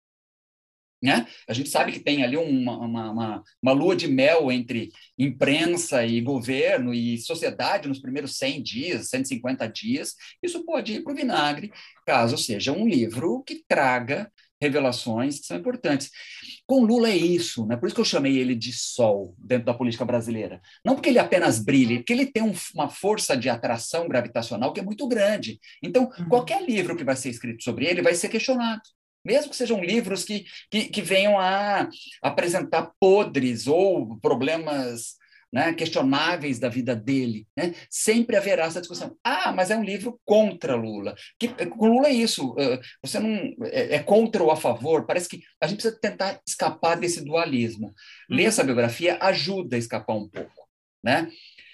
Né? A gente sabe que tem ali uma, uma, uma, uma lua de mel entre imprensa e governo e sociedade nos primeiros cem dias, cento e cinquenta dias. Isso pode ir para o vinagre, caso seja um livro que traga revelações que são importantes. Com Lula é isso, né? Por isso que eu chamei ele de sol dentro da política brasileira. Não porque ele apenas brilhe, porque ele tem um, uma força de atração gravitacional que é muito grande. Então, uhum. qualquer livro que vai ser escrito sobre ele vai ser questionado. Mesmo que sejam livros que, que, que venham a apresentar podres ou problemas, né, questionáveis da vida dele, né? Sempre haverá essa discussão. Ah, mas é um livro contra Lula. Que, com Lula é isso, você não é, é contra ou a favor, parece que a gente precisa tentar escapar desse dualismo. Ler essa biografia ajuda a escapar um pouco, né?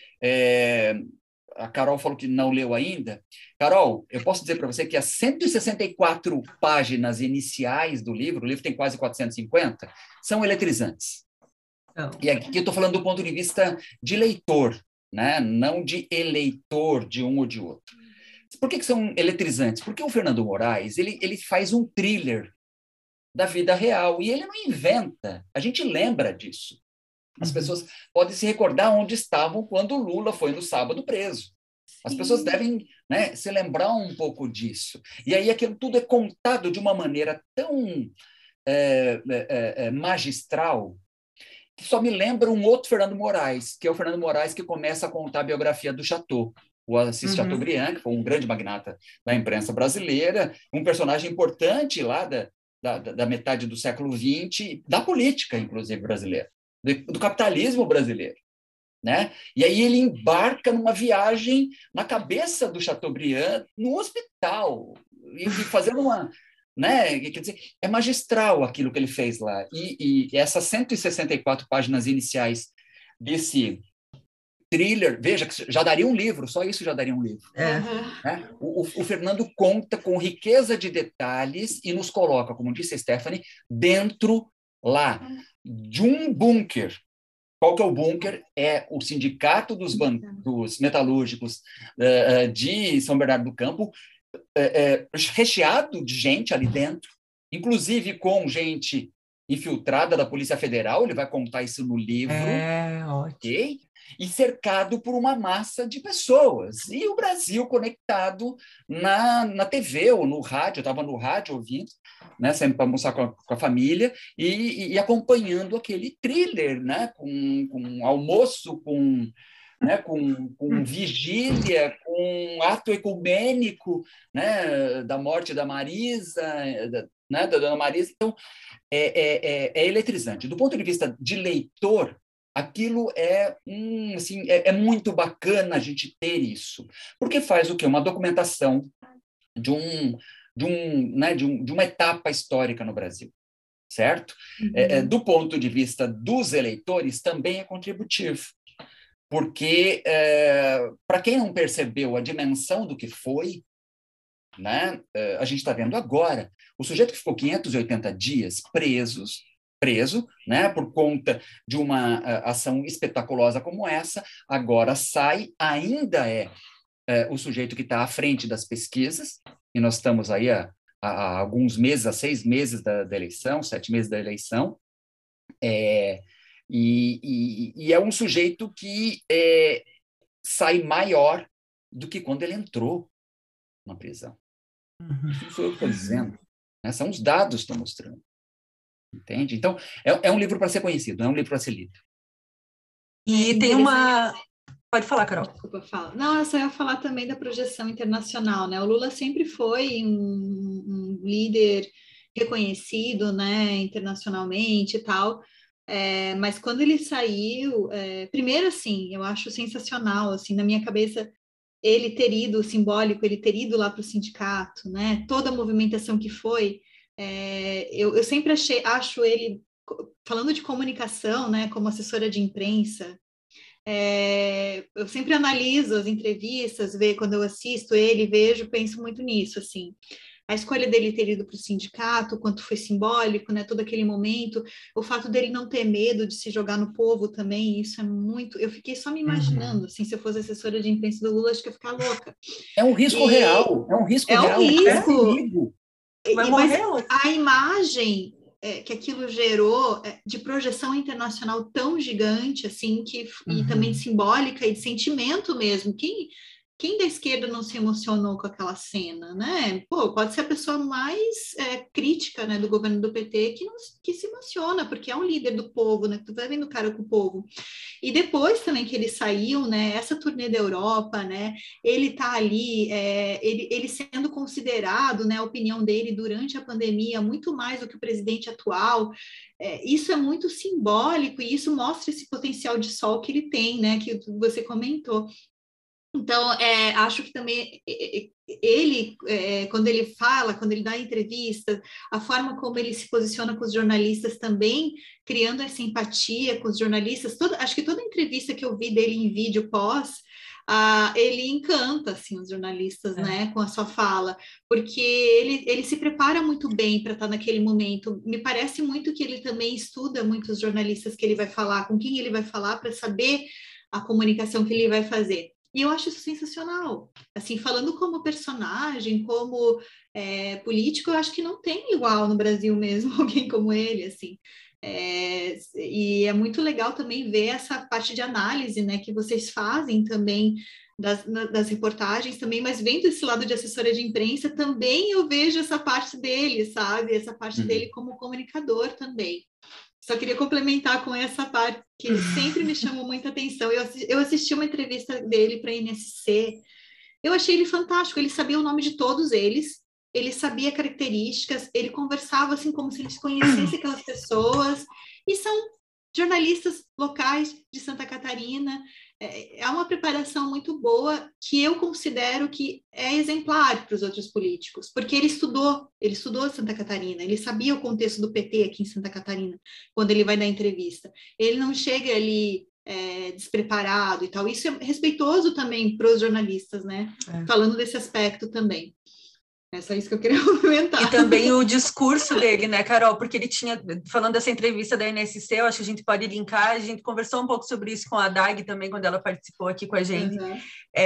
É, a Carol falou que não leu ainda. Carol, eu posso dizer para você que as cento e sessenta e quatro páginas iniciais do livro, o livro tem quase quatrocentas e cinquenta, são eletrizantes. Oh. E aqui eu estou falando do ponto de vista de leitor, né? Não de eleitor de um ou de outro. Por que, que são eletrizantes? Porque o Fernando Moraes ele, ele faz um thriller da vida real e ele não inventa. A gente lembra disso. As pessoas podem se recordar onde estavam quando o Lula foi no sábado preso. As Sim. pessoas devem, né, se lembrar um pouco disso. E aí aquilo tudo é contado de uma maneira tão é, é, é, magistral que só me lembra um outro Fernando Moraes, que é o Fernando Moraes que começa a contar a biografia do Chateau, o Assis uhum. Chateaubriand, que foi um grande magnata da imprensa brasileira, um personagem importante lá da, da, da metade do século vinte, da política, inclusive, brasileira. Do capitalismo brasileiro, né? E aí ele embarca numa viagem na cabeça do Chateaubriand no hospital e fazendo uma, né? Quer dizer, é magistral aquilo que ele fez lá. E, e essas cento e sessenta e quatro páginas iniciais desse thriller, veja que já daria um livro, só isso já daria um livro. É. Né? O, o, o Fernando conta com riqueza de detalhes e nos coloca, como disse a Stephanie, dentro lá de um bunker. Qual que é o bunker? É o Sindicato dos, ban- dos Metalúrgicos uh, de São Bernardo do Campo, uh, uh, recheado de gente ali dentro, inclusive com gente infiltrada da Polícia Federal, ele vai contar isso no livro. É, ótimo. Okay? E cercado por uma massa de pessoas. E o Brasil conectado na, na T V ou no rádio, eu estava no rádio ouvindo, né, sempre para almoçar com a, com a família, e, e, e acompanhando aquele thriller, né, com, com almoço, com, né, com, com vigília, com ato ecumênico, né, da morte da Marisa, da, né, da dona Marisa. Então, é, é, é, é eletrizante. Do ponto de vista de leitor, aquilo é, um, assim, é, é muito bacana a gente ter isso, porque faz o quê? Uma documentação de, um, de, um, né, de, um, de uma etapa histórica no Brasil, certo? Uhum. É, é, do ponto de vista dos eleitores, também é contributivo, porque, é, para quem não percebeu a dimensão do que foi, né, é, a gente está vendo agora, o sujeito que ficou quinhentos e oitenta dias presos, preso, né, por conta de uma uh, ação espetaculosa como essa, agora sai, ainda é uh, o sujeito que está à frente das pesquisas, e nós estamos aí há, há alguns meses, há seis meses da, da eleição, sete meses da eleição, é, e, e, e é um sujeito que é, sai maior do que quando ele entrou na prisão. Uhum. Isso sou eu que estou dizendo, né? São os dados que estão mostrando. Entende? Então, é, é um livro para ser conhecido, não é um livro para ser lido. E é tem uma... Pode falar, Carol. Desculpa, fala. Não, eu só ia falar também da projeção internacional, né? O Lula sempre foi um, um líder reconhecido, né, internacionalmente e tal, É, mas quando ele saiu, é, primeiro, assim, eu acho sensacional, assim, na minha cabeça, ele ter ido, simbólico, ele ter ido lá para o sindicato, né? Toda a movimentação que foi, é, eu, eu sempre achei, acho ele, falando de comunicação, né, como assessora de imprensa, é, eu sempre analiso as entrevistas, ver quando eu assisto ele, vejo, penso muito nisso, assim. A escolha dele ter ido para o sindicato, quanto foi simbólico, né? Todo aquele momento, o fato dele não ter medo de se jogar no povo também, isso é muito. Eu fiquei só me imaginando, Uhum. assim, se eu fosse assessora de imprensa do Lula, acho que eu ia ficar louca. É um risco E real, é um risco é um real, é um risco, perigo. Vai e, mas morrer hoje. a imagem é, que aquilo gerou é, de projeção internacional tão gigante, assim, que, e Uhum. também simbólica e de sentimento mesmo. Quem, quem da esquerda não se emocionou com aquela cena, né? Pô, pode ser a pessoa mais é, crítica, né, do governo do P T que, não, que se emociona, porque é um líder do povo, né? Tu vai vendo o cara com o povo. E depois também que ele saiu, né, essa turnê da Europa, né, ele tá ali, é, ele, ele sendo considerado, né, a opinião dele durante a pandemia, muito mais do que o presidente atual, é, isso é muito simbólico e isso mostra esse potencial de sol que ele tem, né, que você comentou. Então, é, acho que também ele, é, quando ele fala, quando ele dá entrevista, a forma como ele se posiciona com os jornalistas também, criando essa empatia com os jornalistas, toda, acho que toda entrevista que eu vi dele em vídeo pós, ah, ele encanta assim, os jornalistas, É. né, com a sua fala, porque ele, ele se prepara muito bem para estar naquele momento. Me parece muito que ele também estuda muitos jornalistas que ele vai falar, com quem ele vai falar, para saber a comunicação que ele vai fazer. E eu acho isso sensacional. Assim, falando como personagem, como é, político, eu acho que não tem igual no Brasil mesmo alguém como ele, assim. É, e é muito legal também ver essa parte de análise, né, que vocês fazem também das, das reportagens também, mas vendo esse lado de assessora de imprensa, também eu vejo essa parte dele, sabe? Essa parte Uhum. dele como comunicador também. Só queria complementar com essa parte que sempre me chamou muita atenção. Eu, eu assisti uma entrevista dele para a N S C. Eu achei ele fantástico. Ele sabia o nome de todos eles. Ele sabia características. Ele conversava assim como se ele conhecesse aquelas pessoas. E são jornalistas locais de Santa Catarina. É uma preparação muito boa que eu considero que é exemplar para os outros políticos, porque ele estudou, ele estudou Santa Catarina, ele sabia o contexto do P T aqui em Santa Catarina, quando ele vai dar entrevista. Ele não chega ali é, despreparado e tal. Isso é respeitoso também para os jornalistas, né? É. Falando desse aspecto também. É só isso que eu queria comentar. E também o discurso dele, né, Carol? Porque ele tinha, falando dessa entrevista da N S C, eu acho que a gente pode linkar, a gente conversou um pouco sobre isso com a Dag também, quando ela participou aqui com a gente. Uhum.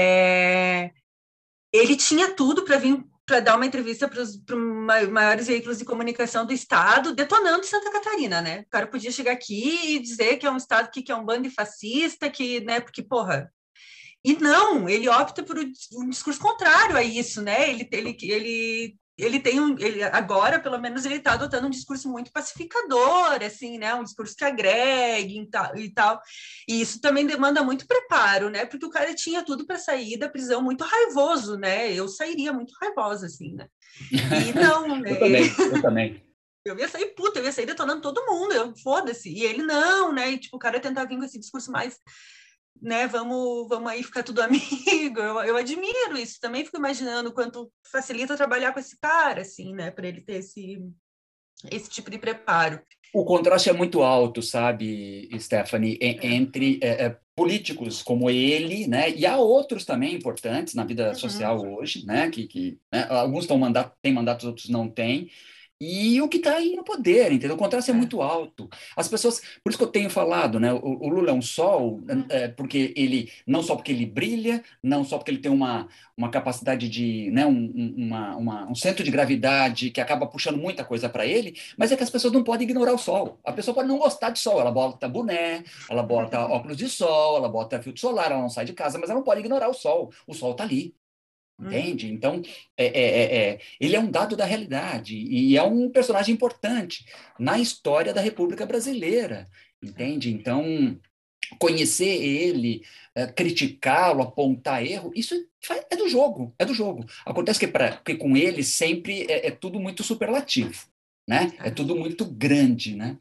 É, ele tinha tudo para vir para dar uma entrevista para os maiores veículos de comunicação do estado, detonando Santa Catarina, né? O cara podia chegar aqui e dizer que é um estado que, que é um bando de fascista, que, né, porque, porra... E não, ele opta por um discurso contrário a isso, né? Ele, ele, ele, ele tem um, ele, agora, pelo menos, ele está adotando um discurso muito pacificador, assim, né? Um discurso que agregue e tal, e tal. E isso também demanda muito preparo, né? Porque o cara tinha tudo para sair da prisão muito raivoso, né? Eu sairia muito raivosa, assim, né? E não, né? Eu também, eu também. Eu ia sair puta, eu ia sair detonando todo mundo, eu foda-se. E ele não, né? E, tipo, o cara ia tentar vir com esse discurso mais... né, vamos, vamos aí ficar tudo amigo, eu, eu admiro isso, também fico imaginando quanto facilita trabalhar com esse cara, assim, né, para ele ter esse, esse tipo de preparo. O contraste é muito alto, sabe, Stephanie, é. entre é, é, políticos como ele, né, e há outros também importantes na vida uhum. social hoje, né, que, que né, alguns têm mandato, têm mandatos, outros não têm, e o que está aí no poder, entendeu? O contraste é. é muito alto. As pessoas, por isso que eu tenho falado, né? O, o Lula é um sol, é, porque ele, não só porque ele brilha, não só porque ele tem uma, uma capacidade de, né, um, uma, uma, um centro de gravidade que acaba puxando muita coisa para ele, mas é que as pessoas não podem ignorar o sol. A pessoa pode não gostar de sol, ela bota boné, ela bota óculos de sol, ela bota filtro solar, ela não sai de casa, mas ela não pode ignorar o sol. O sol está ali. Entende? Então, é, é, é, ele é um dado da realidade e é um personagem importante na história da República Brasileira, entende? Então, conhecer ele, é, criticá-lo, apontar erro, isso é do jogo, é do jogo. Acontece que, pra, que com ele sempre é, é tudo muito superlativo, né? É tudo muito grande, né?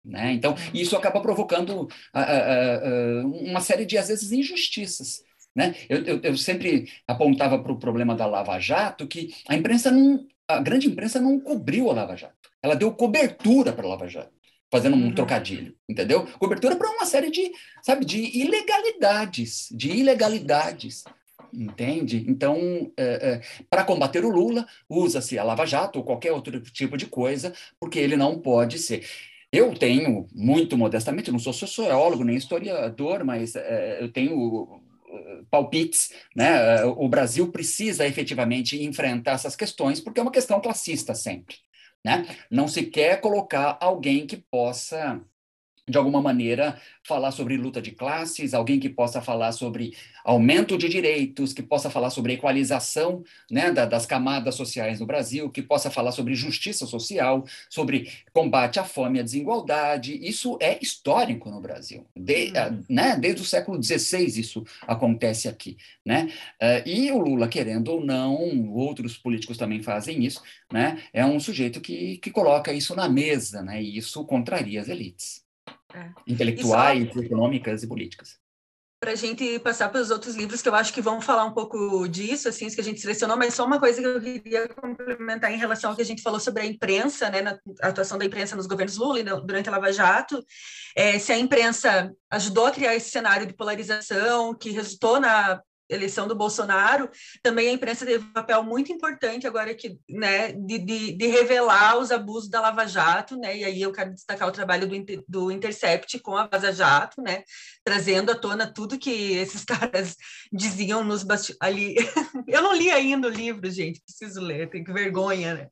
né? Então, isso acaba provocando uh, uh, uh, uma série de, às vezes, injustiças, né? Eu, eu, eu sempre apontava para o problema da Lava Jato que a imprensa não, a grande imprensa não cobriu a Lava Jato, ela deu cobertura para a Lava Jato, fazendo um uhum. trocadilho, entendeu? Cobertura para uma série de, sabe, de ilegalidades, de ilegalidades, entende? Então, é, é, para combater o Lula, usa-se a Lava Jato ou qualquer outro tipo de coisa, porque ele não pode ser. Eu tenho, muito modestamente, eu não sou sociólogo nem historiador, mas é, eu tenho palpites, né? O Brasil precisa efetivamente enfrentar essas questões, porque é uma questão classista sempre, né? Não se quer colocar alguém que possa, de alguma maneira, falar sobre luta de classes, alguém que possa falar sobre aumento de direitos, que possa falar sobre equalização, né, da, das camadas sociais no Brasil, que possa falar sobre justiça social, sobre combate à fome e à desigualdade. Isso é histórico no Brasil. De, hum. né, desde o século dezesseis isso acontece aqui, né? E o Lula, querendo ou não, outros políticos também fazem isso, né? É um sujeito que, que coloca isso na mesa, né? E isso contraria as elites. É. Intelectuais, só, econômicas e políticas. Para a gente passar pelos outros livros que eu acho que vão falar um pouco disso, assim, os que a gente selecionou, mas só uma coisa que eu queria complementar em relação ao que a gente falou sobre a imprensa, né, na atuação da imprensa nos governos Lula e durante a Lava Jato, é, se a imprensa ajudou a criar esse cenário de polarização que resultou na eleição do Bolsonaro, também a imprensa teve um papel muito importante agora que, né, de, de, de revelar os abusos da Lava Jato, né, e aí eu quero destacar o trabalho do, do Intercept com a Vaza Jato, né, trazendo à tona tudo que esses caras diziam nos bastidores ali. Eu não li ainda o livro, gente, preciso ler, tenho que vergonha, né?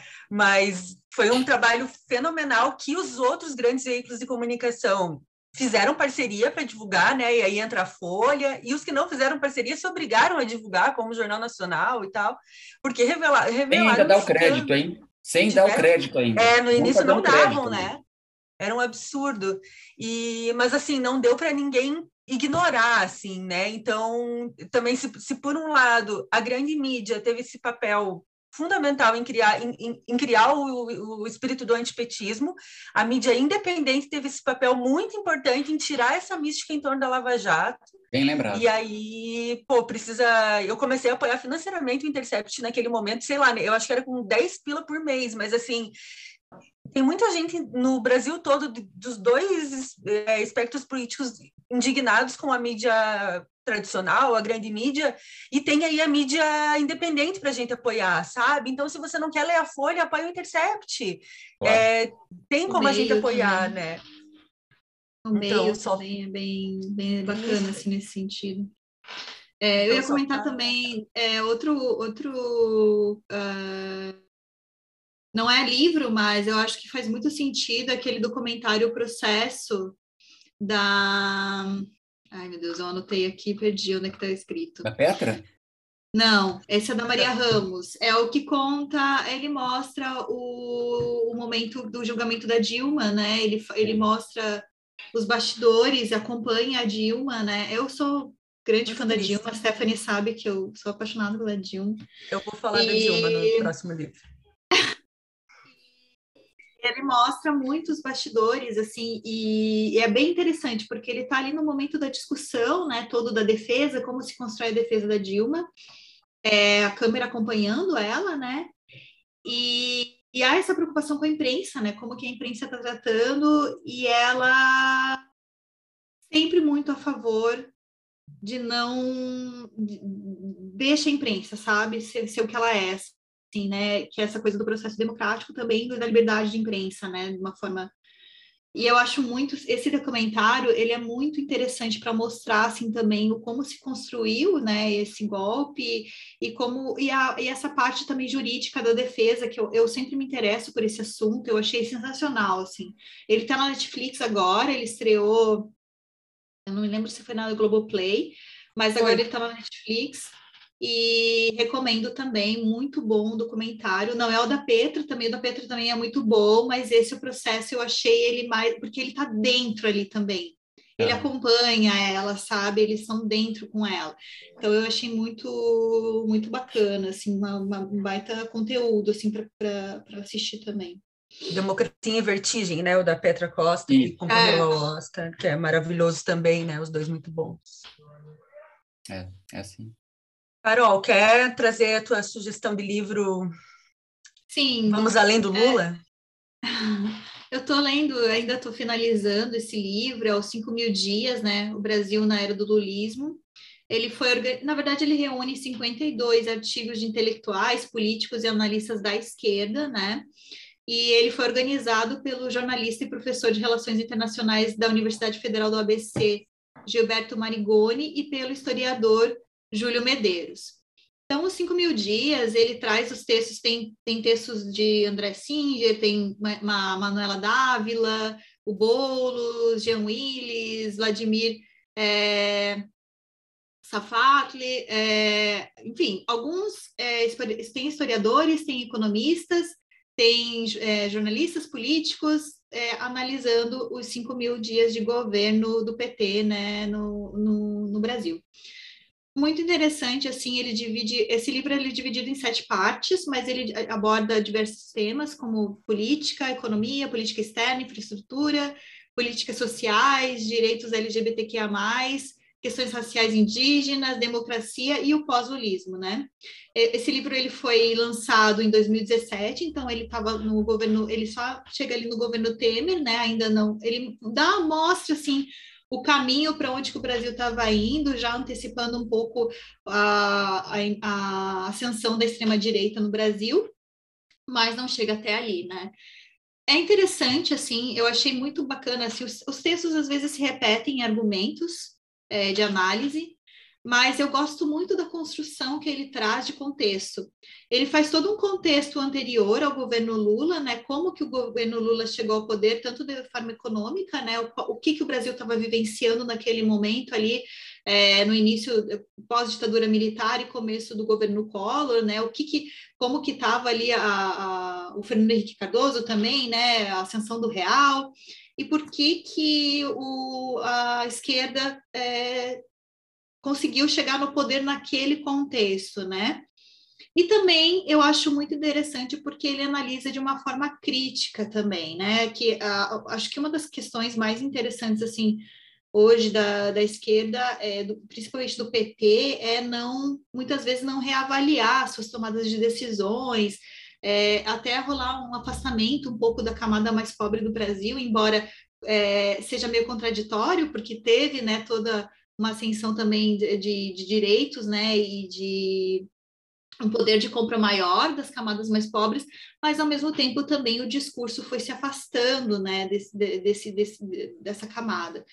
Mas foi um trabalho fenomenal que os outros grandes veículos de comunicação fizeram parceria para divulgar, né? E aí entra a Folha, e os que não fizeram parceria se obrigaram a divulgar, como o Jornal Nacional e tal, porque revela, revelaram... Sem ainda dar o crédito, hein? Sem tiveram, dar o crédito ainda. É, no início não davam, né? Era um absurdo. E, mas, assim, não deu para ninguém ignorar, assim, né? Então, também, se, se por um lado a grande mídia teve esse papel fundamental em criar, em, em, em criar o, o espírito do antipetismo, a mídia independente teve esse papel muito importante em tirar essa mística em torno da Lava Jato. Bem lembrado. E aí, pô, precisa... Eu comecei a apoiar financeiramente o Intercept naquele momento, sei lá, eu acho que era com dez pila por mês, mas assim... Tem muita gente no Brasil todo, dos dois é, espectros políticos, indignados com a mídia tradicional, a grande mídia, e tem aí a mídia independente para a gente apoiar, sabe? Então, se você não quer ler a Folha, apoia o Intercept. Claro. É, tem como a gente apoiar, também. Né? O então, meio só... também é bem, bem bacana, assim, nesse sentido. É, eu então, ia comentar só... também é, outro... outro uh... Não é livro, mas eu acho que faz muito sentido aquele documentário O Processo da... Ai, meu Deus, eu anotei aqui, perdi onde é que está escrito. Da Petra? Não, esse é da Maria Ramos. É o que conta, ele mostra o, o momento do julgamento da Dilma, né? Ele, ele mostra os bastidores, acompanha a Dilma, né? Eu sou grande muito fã da Dilma, a Stephanie sabe que eu sou apaixonada pela Dilma. Eu vou falar e... da Dilma no próximo livro. Ele mostra muitos bastidores, assim, e, e é bem interessante, porque ele está ali no momento da discussão, né, todo da defesa, como se constrói a defesa da Dilma, é, a câmera acompanhando ela, né, e, e há essa preocupação com a imprensa, né, como que a imprensa está tratando, e ela sempre muito a favor de não... De, deixa a imprensa, sabe, ser, ser o que ela é, assim, né, que é essa coisa do processo democrático também, da liberdade de imprensa, né, de uma forma... E eu acho muito, esse documentário, ele é muito interessante para mostrar, assim, também o como se construiu, né, esse golpe e como, e, a, e essa parte também jurídica da defesa, que eu, eu sempre me interesso por esse assunto, eu achei sensacional, assim. Ele tá na Netflix agora, ele estreou, eu não me lembro se foi na Globoplay, mas agora foi. Ele tá na Netflix. E recomendo também, muito bom documentário. Não é o da Petra, também o da Petra também é muito bom, mas esse o processo eu achei ele mais, porque ele tá dentro ali também. Ele ah. acompanha ela, sabe? Eles estão dentro com ela. Então eu achei muito, muito bacana, assim, uma, uma, um baita conteúdo, assim, para assistir também. Democracia em Vertigem, né? O da Petra Costa, E, que concorreu É, ao Oscar, que é maravilhoso também, né? Os dois muito bons. é, é assim. Carol, quer trazer a tua sugestão de livro sim, Vamos Além do Lula? eu estou lendo, ainda estou finalizando esse livro, é Os Cinco Mil Dias, né? O Brasil na Era do Lulismo. Ele foi, orga- na verdade, ele reúne cinquenta e dois artigos de intelectuais, políticos e analistas da esquerda, né? E ele foi organizado pelo jornalista e professor de Relações Internacionais da Universidade Federal do A B C, Gilberto Marigoni, e pelo historiador Júlio Medeiros. Então, os Cinco Mil Dias, ele traz os textos, tem, tem textos de André Singer, tem uma Manuela Dávila, o Boulos, Jean Willis, Vladimir é, Safatli, é, enfim, alguns é, tem historiadores, tem economistas, tem é, jornalistas políticos é, analisando os cinco mil dias de governo do P T, né, no, no, no Brasil. Muito interessante, assim, ele divide, esse livro ele é dividido em sete partes, mas ele aborda diversos temas, como política, economia, política externa, infraestrutura, políticas sociais, direitos L G B T Q I A mais, questões raciais indígenas, democracia e o pós-lulismo, né? Esse livro ele foi lançado em dois mil e dezessete, então ele estava no governo, ele só chega ali no governo Temer, né? Ainda não, ele dá uma mostra assim o caminho para onde que o Brasil estava indo, já antecipando um pouco a, a, a ascensão da extrema-direita no Brasil, mas não chega até ali, né? É interessante, assim, eu achei muito bacana, assim, os, os textos às vezes se repetem em argumentos é, de análise, mas eu gosto muito da construção que ele traz de contexto. Ele faz todo um contexto anterior ao governo Lula, né? Como que o governo Lula chegou ao poder, tanto de forma econômica, né? O, o que que o Brasil estava vivenciando naquele momento ali, é, no início, pós-ditadura militar e começo do governo Collor, né? O que que, como que estava ali a, a, o Fernando Henrique Cardoso também, né? A ascensão do real, e por que que o, a esquerda é, conseguiu chegar no poder naquele contexto, né? E também eu acho muito interessante porque ele analisa de uma forma crítica também, né? Que uh, acho que uma das questões mais interessantes assim hoje da, da esquerda, é, do, principalmente do P T, é não muitas vezes não reavaliar suas tomadas de decisões, é, até rolar um afastamento um pouco da camada mais pobre do Brasil, embora é, seja meio contraditório, porque teve, né, toda uma ascensão também de, de, de direitos, né, e de um poder de compra maior das camadas mais pobres, mas ao mesmo tempo também o discurso foi se afastando, né, desse, desse, desse, dessa camada.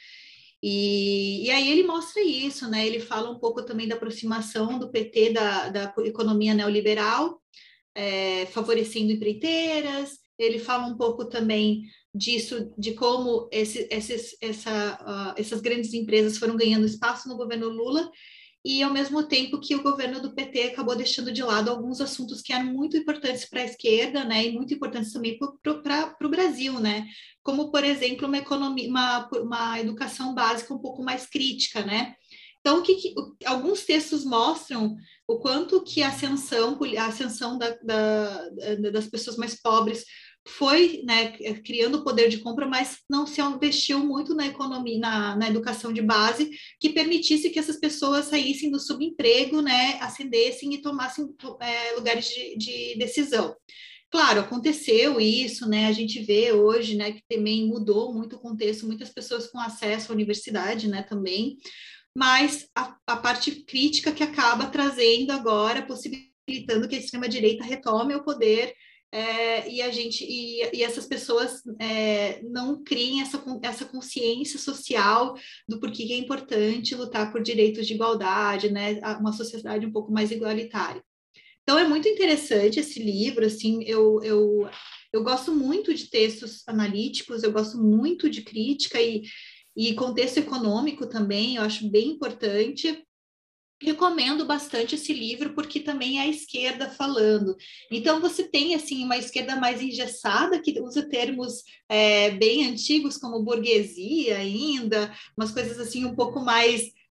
E, e aí ele mostra isso, né? Ele fala um pouco também da aproximação do P T da, da economia neoliberal, é, favorecendo empreiteiras. Ele fala um pouco também disso, de como esse, esses, essa, uh, essas grandes empresas foram ganhando espaço no governo Lula, e ao mesmo tempo que o governo do P T acabou deixando de lado alguns assuntos que eram muito importantes para a esquerda, né, e muito importantes também para o Brasil, né, como, por exemplo, uma economia, uma, uma educação básica um pouco mais crítica, né. Então, o que, que, alguns textos mostram o quanto que a ascensão, a ascensão da, da, das pessoas mais pobres foi, né, criando poder de compra, mas não se investiu muito na economia, na, na educação de base, que permitisse que essas pessoas saíssem do subemprego, né, ascendessem e tomassem é, lugares de, de decisão. Claro, aconteceu isso, né? A gente vê hoje, né, que também mudou muito o contexto, muitas pessoas com acesso à universidade, né, também, mas a, a parte crítica que acaba trazendo agora, possibilitando que a extrema-direita retome o poder. É, e a gente e, e essas pessoas é, não criem essa, essa consciência social do porquê que é importante lutar por direitos de igualdade, né? Uma sociedade um pouco mais igualitária. Então é muito interessante esse livro, assim, eu, eu, eu gosto muito de textos analíticos, eu gosto muito de crítica e, e contexto econômico também, eu acho bem importante. Recomendo bastante esse livro porque também é a esquerda falando. Então você tem assim uma esquerda mais engessada que usa termos é, bem antigos como burguesia ainda, umas coisas assim um pouco mais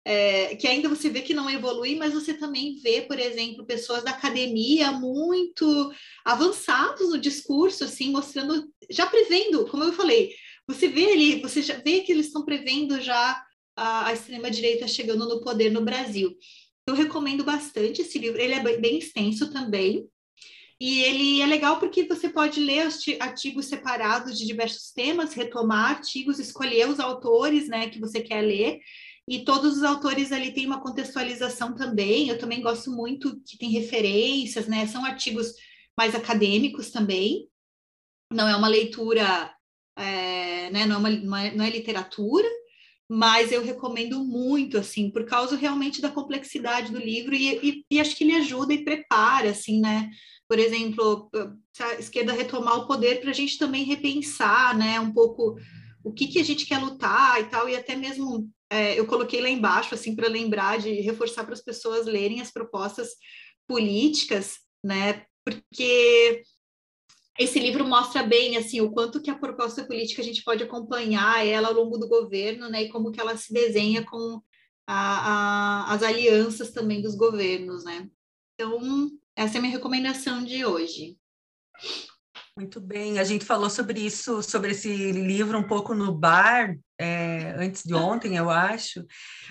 é, que ainda você vê que não evolui, mas você também vê, por exemplo, pessoas da academia muito avançados no discurso, assim, mostrando, já prevendo, como eu falei, você vê ali, você já vê que eles estão prevendo já a, a extrema-direita chegando no poder no Brasil. Eu recomendo bastante esse livro, ele é bem extenso também, e ele é legal porque você pode ler artigos separados de diversos temas, retomar artigos, escolher os autores, né, que você quer ler, e todos os autores ali têm uma contextualização também. Eu também gosto muito que tem referências, né, são artigos mais acadêmicos também, não é uma leitura, é, né, não, é uma, não, é, não é literatura, mas eu recomendo muito, assim, por causa realmente da complexidade do livro, e, e, e acho que ele ajuda e prepara, assim, né? Por exemplo, a esquerda retomar o poder para a gente também repensar, né, um pouco o que, que a gente quer lutar e tal, e até mesmo é, eu coloquei lá embaixo, assim, para lembrar de reforçar para as pessoas lerem as propostas políticas, né, porque esse livro mostra bem, assim, o quanto que a proposta política a gente pode acompanhar ela ao longo do governo, né, e como que ela se desenha com a, a, as alianças também dos governos, né. Então, essa é a minha recomendação de hoje. Muito bem, a gente falou sobre isso, sobre esse livro um pouco no bar, é, antes de ontem, eu acho,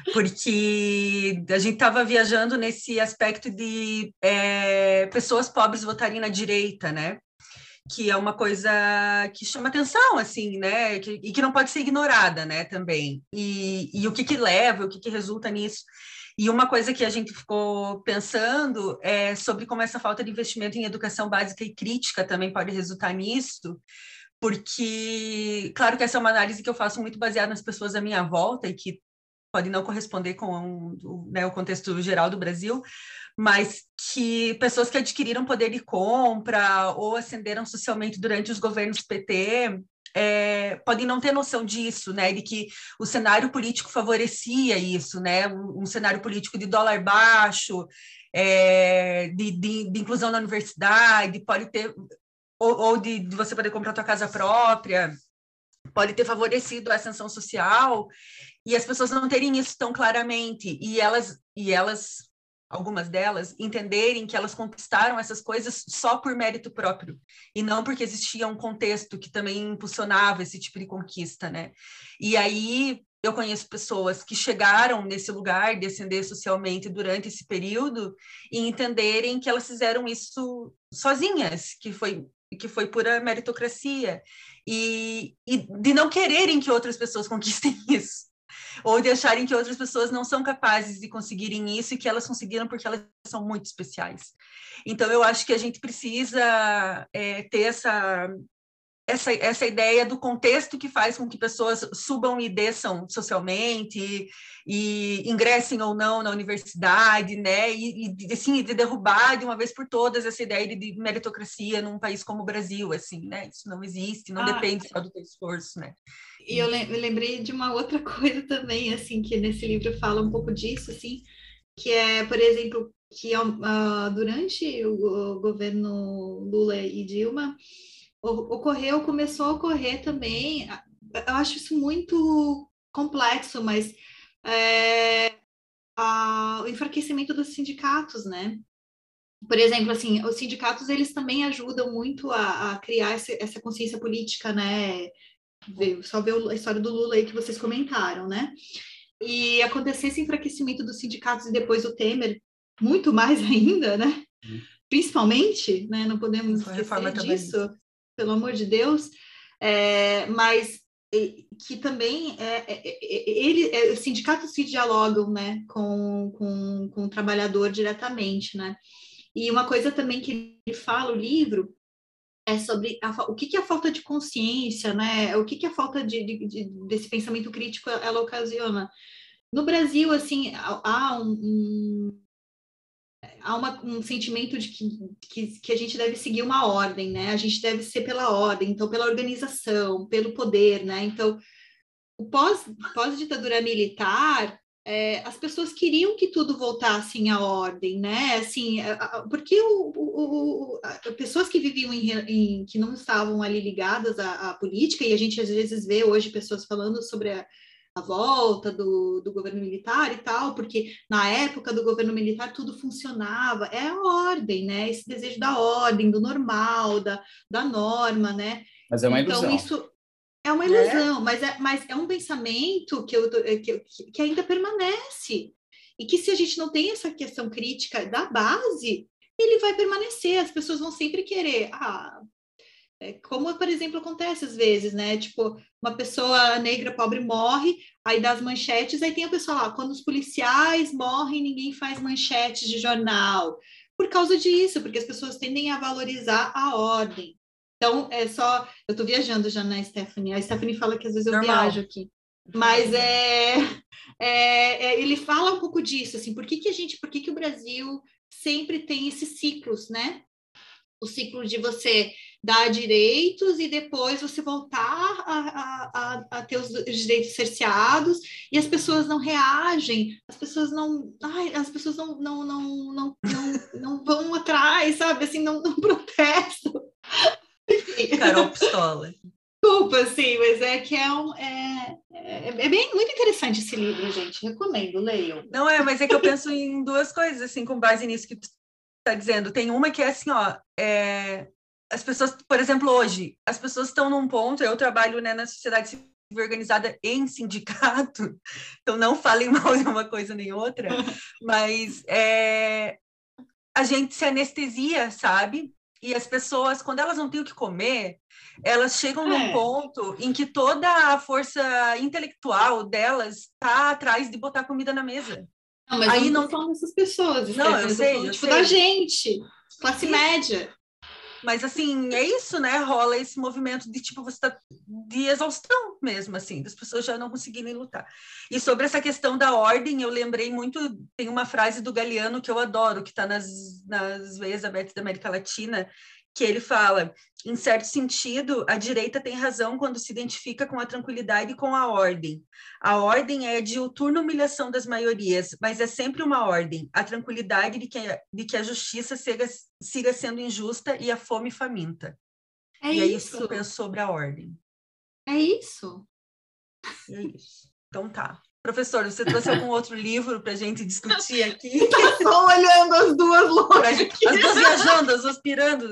porque a gente estava viajando nesse aspecto de é, pessoas pobres votarem na direita, né? Que é uma coisa que chama atenção, assim, né? Que, e que não pode ser ignorada, né? Também. E, e o que que leva, o que que resulta nisso. E uma coisa que a gente ficou pensando é sobre como essa falta de investimento em educação básica e crítica também pode resultar nisso, porque, claro que essa é uma análise que eu faço muito baseada nas pessoas à minha volta e que pode não corresponder com o, né, o contexto geral do Brasil, mas que pessoas que adquiriram poder de compra ou ascenderam socialmente durante os governos P T é, podem não ter noção disso, né, de que o cenário político favorecia isso, né, um, um cenário político de dólar baixo, é, de, de, de inclusão na universidade, pode ter, ou, ou de, de você poder comprar tua casa própria, pode ter favorecido a ascensão social, e as pessoas não terem isso tão claramente, e elas, e elas algumas delas, entenderem que elas conquistaram essas coisas só por mérito próprio, e não porque existia um contexto que também impulsionava esse tipo de conquista, né? E aí eu conheço pessoas que chegaram nesse lugar de ascender socialmente durante esse período e entenderem que elas fizeram isso sozinhas, que foi que foi pura meritocracia, e, e de não quererem que outras pessoas conquistem isso, ou de acharem que outras pessoas não são capazes de conseguirem isso e que elas conseguiram porque elas são muito especiais. Então, eu acho que a gente precisa é, ter essa, essa, essa ideia do contexto que faz com que pessoas subam e desçam socialmente, e, e ingressem ou não na universidade, né? E, e assim, de derrubar de uma vez por todas essa ideia de, de meritocracia num país como o Brasil, assim, né? Isso não existe, não ah, depende só do teu esforço, né? E eu lembrei de uma outra coisa também, assim, que nesse livro fala um pouco disso, assim, que é, por exemplo, que uh, durante o, o governo Lula e Dilma, ocorreu, começou a ocorrer também, eu acho isso muito complexo, mas é, a, o enfraquecimento dos sindicatos, né? Por exemplo, assim, os sindicatos, eles também ajudam muito a, a criar essa, essa consciência política, né? Só ver a história do Lula aí que vocês comentaram, né? E acontecer esse enfraquecimento dos sindicatos e depois o Temer, muito mais ainda, né? Uhum. Principalmente, né? Não podemos esquecer disso, pelo amor de Deus. É, mas que também é, é, ele, é, os sindicatos se dialogam, né? Com, com, com o trabalhador diretamente, né? E uma coisa também que ele fala, o livro, é sobre a, o que, que a falta de consciência, né? O que, que a falta de, de, de, desse pensamento crítico ela ocasiona. No Brasil, assim, há um, um, há uma, um sentimento de que, que, que a gente deve seguir uma ordem, né? A gente deve ser pela ordem, então pela organização, pelo poder, né? Então, o pós, pós-ditadura militar, é, as pessoas queriam que tudo voltasse à ordem, né? Assim, porque o, o, o, pessoas que viviam em, em, que não estavam ali ligadas à, à política, e a gente às vezes vê hoje pessoas falando sobre a, a volta do, do governo militar e tal, porque na época do governo militar tudo funcionava, é a ordem, né? Esse desejo da ordem, do normal, da, da norma, né? Mas é uma Então, ilusão. isso é uma Né? ilusão, mas é, mas é um pensamento que, eu, que, que ainda permanece. E que se a gente não tem essa questão crítica da base, ele vai permanecer, as pessoas vão sempre querer. Ah, é como, por exemplo, acontece às vezes, né? Tipo, uma pessoa negra pobre morre, aí dá as manchetes, aí tem a pessoa lá, quando os policiais morrem, ninguém faz manchetes de jornal. Por causa disso, porque as pessoas tendem a valorizar a ordem. Então, é só. Eu estou viajando já na Stephanie. A Stephanie fala que às vezes eu Normal. viajo aqui. Mas é, é, é, ele fala um pouco disso, assim, por que, que a gente, por que, que o Brasil sempre tem esses ciclos, né? O ciclo de você dar direitos e depois você voltar a, a, a ter os direitos cerceados e as pessoas não reagem, as pessoas não, ai, as pessoas não, não, não, não, não, não vão atrás, sabe? Assim, não, não protestam. Enfim. Carol Pistola. Desculpa, sim, mas é que é, um, é, é, é bem muito interessante esse livro, gente. Recomendo, leiam. Não é, mas é que eu penso em duas coisas, assim, com base nisso que tu está dizendo. Tem uma que é assim, ó, é, as pessoas, por exemplo, hoje, as pessoas estão num ponto, eu trabalho, né, na sociedade civil organizada em sindicato, então não falem mal de uma coisa nem outra, mas é, a gente se anestesia, sabe? E as pessoas, quando elas não têm o que comer, elas chegam num É. ponto em que toda a força intelectual delas está atrás de botar comida na mesa. Não, mas Aí eu não não tô falando dessas pessoas, Não, eu Stephanie, tô sei, falando, eu tipo, sei. da gente, classe Sim. média. Mas, assim, é isso, né? Rola esse movimento de, tipo, você tá de exaustão mesmo, assim, das pessoas já não conseguirem lutar. E sobre essa questão da ordem, eu lembrei muito, tem uma frase do Galeano que eu adoro, que está nas, nas veias abertas da América Latina, que ele fala, em certo sentido, a direita tem razão quando se identifica com a tranquilidade e com a ordem. A ordem é a diuturna humilhação das maiorias, mas é sempre uma ordem, a tranquilidade de que, de que a justiça siga, siga sendo injusta e a fome faminta. É e isso. é isso que eu penso sobre a ordem. É isso. É isso. Então tá. Professor, você trouxe algum outro livro para a gente discutir aqui? Tá só olhando as duas loucas aqui. As duas viajando, as duas pirando.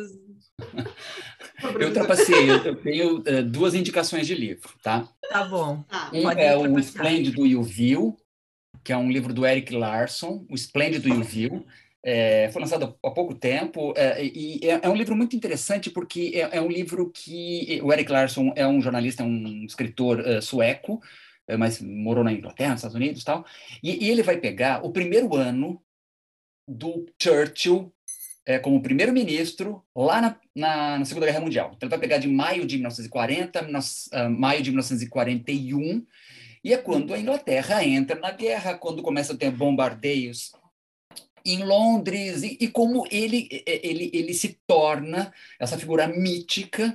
Eu trapacei, eu, eu tenho uh, duas indicações de livro, tá? Tá bom. Tá. Um Pode é o trapacear. Esplêndido e o Vil, que é um livro do Erik Larson, O Esplêndido e o Vil. É, foi lançado há pouco tempo, é, e é, é um livro muito interessante porque é, é um livro que o Erik Larson é um jornalista, é um escritor uh, sueco, uh, mas morou na Inglaterra, nos Estados Unidos e tal, e, e ele vai pegar o primeiro ano do Churchill é, como primeiro-ministro lá na, na, na Segunda Guerra Mundial. Então ele vai pegar de maio de mil novecentos e quarenta a uh, maio de mil novecentos e quarenta e um, e é quando a Inglaterra entra na guerra, quando começa a ter bombardeios em Londres, e, e como ele, ele, ele se torna essa figura mítica,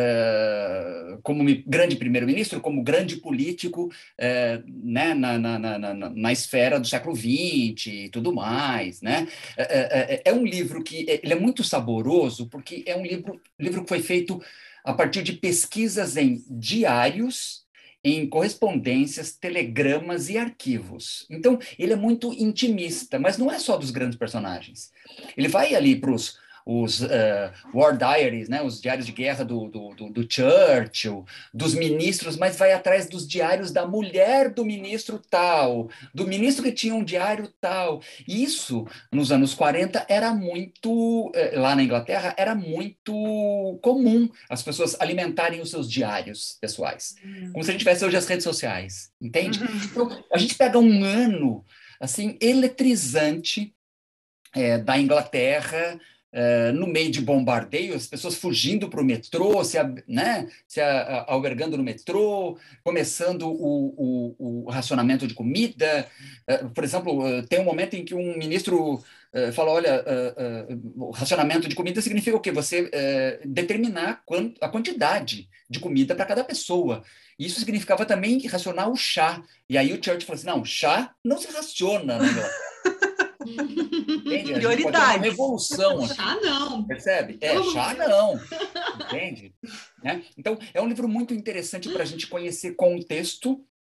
uh, como grande primeiro-ministro, como grande político, uh, né, na, na, na, na, na esfera do século vinte e tudo mais. Né? Uh, uh, é um livro que ele é muito saboroso, porque é um livro, livro que foi feito a partir de pesquisas em diários, em correspondências, telegramas e arquivos. Então, ele é muito intimista, mas não é só dos grandes personagens. Ele vai ali para os os uh, War Diaries, né, os diários de guerra do, do, do, do Churchill, dos ministros, mas vai atrás dos diários da mulher do ministro tal, do ministro que tinha um diário tal. Isso, nos anos quarenta, era muito, lá na Inglaterra, era muito comum as pessoas alimentarem os seus diários pessoais, uhum. como se a gente tivesse hoje as redes sociais, entende? Uhum. Então, a gente pega um ano, assim, eletrizante é, da Inglaterra, Uh, no meio de bombardeio, as pessoas fugindo para o metrô, se, né, se a, a, albergando no metrô, começando o, o, o racionamento de comida. Uh, por exemplo, uh, tem um momento em que um ministro fala, olha, o racionamento de comida significa o quê? Você determinar a quantidade de comida para cada pessoa. Isso significava também racionar o chá. E aí o Churchill falou assim, não, chá não se raciona na Inglaterra. Entende? A gente pode ter uma revolução aqui. Chá não. Percebe? É, chá não. Entende? Né? Então, é um livro muito interessante para a gente conhecer contexto,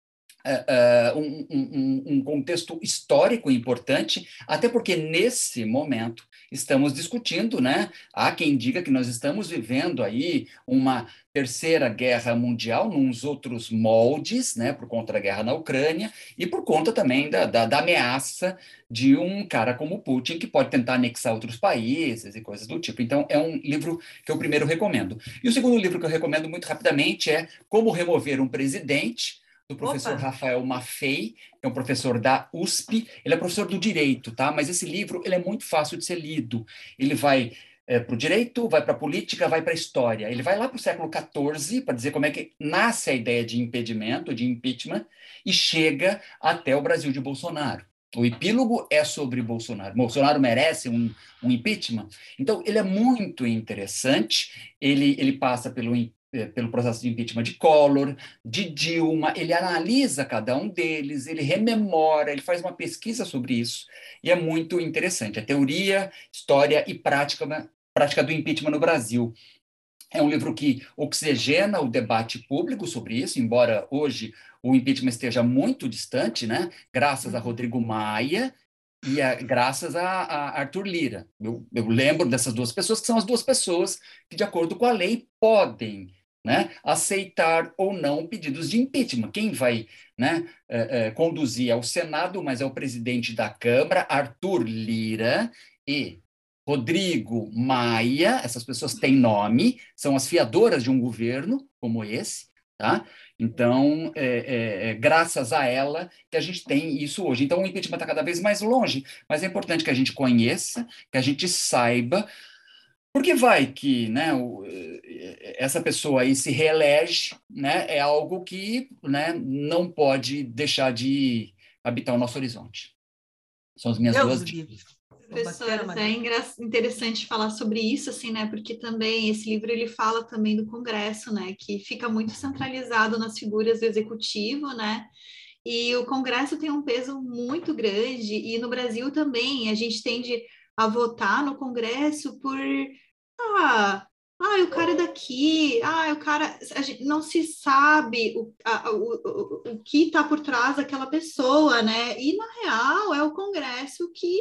uh, um, um, um contexto histórico importante, até porque nesse momento estamos discutindo, né? Há quem diga que nós estamos vivendo aí uma terceira guerra mundial, nos outros moldes, né? Por conta da guerra na Ucrânia e por conta também da, da, da ameaça de um cara como Putin, que pode tentar anexar outros países e coisas do tipo. Então, é um livro que eu primeiro recomendo. E o segundo livro que eu recomendo muito rapidamente é Como Remover um Presidente, do professor Opa! Rafael Maffei, que é um professor da U S P. Ele é professor do direito, tá? Mas esse livro ele é muito fácil de ser lido. Ele vai é, para o direito, vai para a política, vai para a história. Ele vai lá para o século quatorze para dizer como é que nasce a ideia de impedimento, de impeachment, e chega até o Brasil de Bolsonaro. O epílogo é sobre Bolsonaro. Bolsonaro merece um, um impeachment? Então, ele é muito interessante. Ele, ele passa pelo pelo processo de impeachment de Collor, de Dilma, ele analisa cada um deles, ele rememora, ele faz uma pesquisa sobre isso, e é muito interessante. A teoria, história e prática, prática do impeachment no Brasil. É um livro que oxigena o debate público sobre isso, embora hoje o impeachment esteja muito distante, né? Graças a Rodrigo Maia e a, graças a, a Arthur Lira. Eu, eu lembro dessas duas pessoas, que são as duas pessoas que, de acordo com a lei, podem, né, aceitar ou não pedidos de impeachment. Quem vai, né, é, é, conduzir é o Senado, mas é o presidente da Câmara, Arthur Lira, e Rodrigo Maia. Essas pessoas têm nome, são as fiadoras de um governo como esse, tá? Então, é, é, é graças a ela que a gente tem isso hoje. Então, o impeachment está cada vez mais longe, mas é importante que a gente conheça, que a gente saiba, porque vai que, né, o, essa pessoa aí se reelege, né, é algo que, né, não pode deixar de habitar o nosso horizonte. São as minhas Deus duas dicas. Professora, é interessante falar sobre isso, assim, né? Porque também esse livro ele fala também do Congresso, né? Que fica muito centralizado nas figuras do executivo, né? E o Congresso tem um peso muito grande, e no Brasil também a gente tende a votar no Congresso por ah, ah, o cara é daqui, ah, o cara, a gente não se sabe o, a, o, o, o que está por trás daquela pessoa, né? E na real é o Congresso que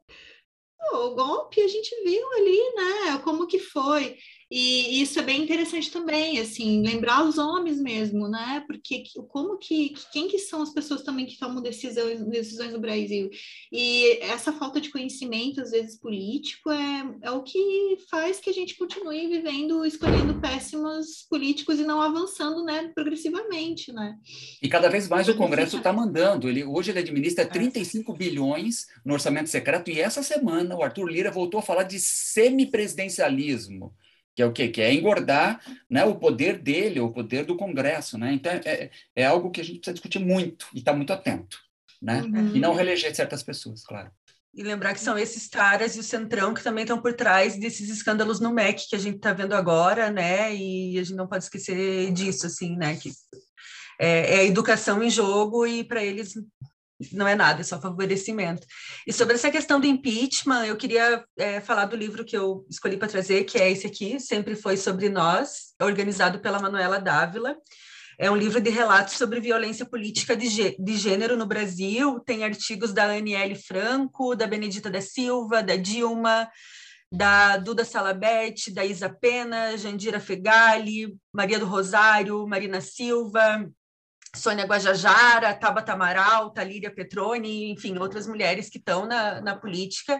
o golpe a gente viu ali, né? Como que foi. E isso é bem interessante também, assim, lembrar os nomes mesmo, né? Porque como que, quem que são as pessoas também que tomam decisões, decisões no Brasil? E essa falta de conhecimento, às vezes, político, é, é o que faz que a gente continue vivendo, escolhendo péssimos políticos e não avançando, né, progressivamente, né? E cada vez mais o Congresso está mandando. Ele, hoje ele administra trinta e cinco bilhões no orçamento secreto, e essa semana o Arthur Lira voltou a falar de semipresidencialismo, que é o quê? Que é engordar, né, o poder dele, o poder do Congresso, né? Então, é, é algo que a gente precisa discutir muito e estar tá muito atento, né? Uhum. E não reeleger certas pessoas, claro. E lembrar que são esses caras e o Centrão que também estão por trás desses escândalos no M E C que a gente está vendo agora, né? E a gente não pode esquecer disso, assim, né? Que é, é a educação em jogo, e para eles não é nada, é só favorecimento. E sobre essa questão do impeachment, eu queria é, falar do livro que eu escolhi para trazer, que é esse aqui, Sempre Foi Sobre Nós, organizado pela Manuela Dávila. É um livro de relatos sobre violência política de, de gênero no Brasil. Tem artigos da Aniele Franco, da Benedita da Silva, da Dilma, da Duda Salabete, da Isa Pena, Jandira Fegali, Maria do Rosário, Marina Silva, Sônia Guajajara, Tabata Amaral, Talíria Petroni, enfim, outras mulheres que estão na, na política.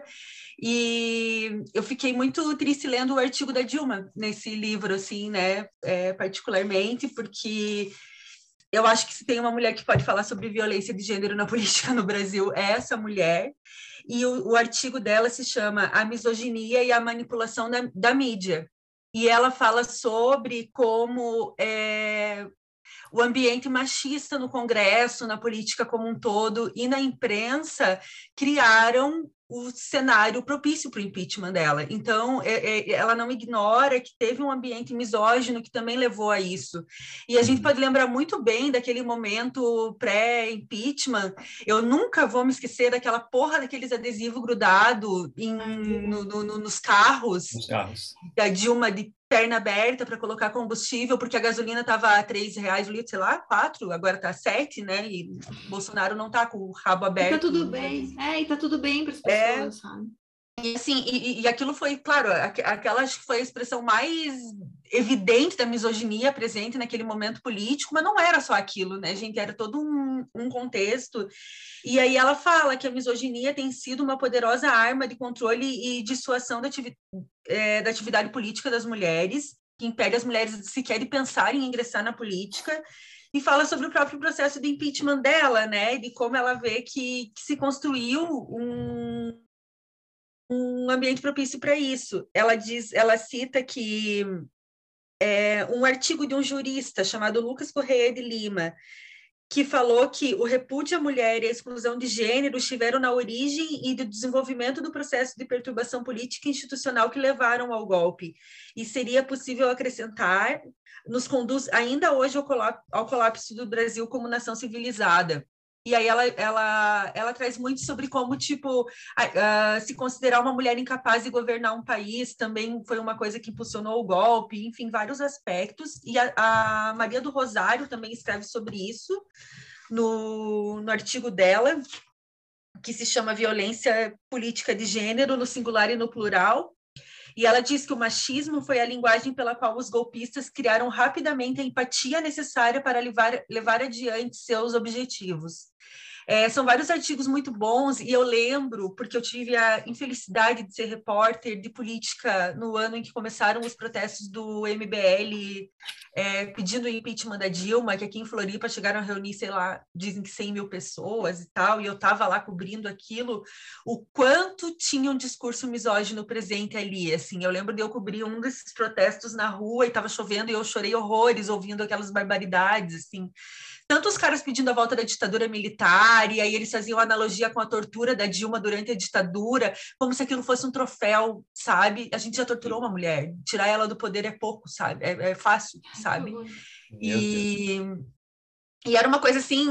E eu fiquei muito triste lendo o artigo da Dilma nesse livro, assim, né, é, particularmente, porque eu acho que se tem uma mulher que pode falar sobre violência de gênero na política no Brasil, é essa mulher. E o, o artigo dela se chama A Misoginia e a Manipulação da, da Mídia. E ela fala sobre como é, o ambiente machista no Congresso, na política como um todo e na imprensa criaram o cenário propício para o impeachment dela. Então, é, é, ela não ignora que teve um ambiente misógino que também levou a isso. E a gente pode lembrar muito bem daquele momento pré-impeachment. Eu nunca vou me esquecer daquela porra daqueles adesivos grudados em, no, no, no, nos carros, nos carros da Dilma de perna aberta para colocar combustível, porque a gasolina estava a três reais o litro, sei lá, quatro, agora está sete, né? E Bolsonaro não está com o rabo aberto. E tá tudo bem, é, e tá tudo bem para as pessoas, é... sabe? E, assim, e, e aquilo foi, claro, aquela acho que foi a expressão mais evidente da misoginia presente naquele momento político, mas não era só aquilo, né, gente? Era todo um, um contexto. E aí ela fala que a misoginia tem sido uma poderosa arma de controle e dissuasão da, ativi é, da atividade política das mulheres, que impede as mulheres de sequer de pensar em ingressar na política. E fala sobre o próprio processo de impeachment dela, né? De como ela vê que, que se construiu um um ambiente propício para isso. Ela diz, ela cita que é, um artigo de um jurista chamado Lucas Correia de Lima, que falou que o repúdio à mulher e a exclusão de gênero estiveram na origem e do desenvolvimento do processo de perturbação política e institucional que levaram ao golpe. E seria possível acrescentar, nos conduz ainda hoje ao colapso, ao colapso do Brasil como nação civilizada. E aí ela, ela, ela traz muito sobre como, tipo, uh, se considerar uma mulher incapaz de governar um país também foi uma coisa que impulsionou o golpe, enfim, vários aspectos. E a, a Maria do Rosário também escreve sobre isso no, no artigo dela, que se chama Violência Política de Gênero, no singular e no plural. E ela diz que o machismo foi a linguagem pela qual os golpistas criaram rapidamente a empatia necessária para levar, levar adiante seus objetivos. É, são vários artigos muito bons, e eu lembro, porque eu tive a infelicidade de ser repórter de política no ano em que começaram os protestos do M B L é, pedindo o impeachment da Dilma, que aqui em Floripa chegaram a reunir, sei lá, dizem que cem mil pessoas e tal, e eu estava lá cobrindo aquilo, o quanto tinha um discurso misógino presente ali, assim, eu lembro de eu cobrir um desses protestos na rua e estava chovendo e eu chorei horrores ouvindo aquelas barbaridades, assim, tanto os caras pedindo a volta da ditadura militar, e aí eles faziam analogia com a tortura da Dilma durante a ditadura, como se aquilo fosse um troféu, sabe? A gente já torturou uma mulher, tirar ela do poder é pouco, sabe? É, é fácil, sabe? E, e era uma coisa assim...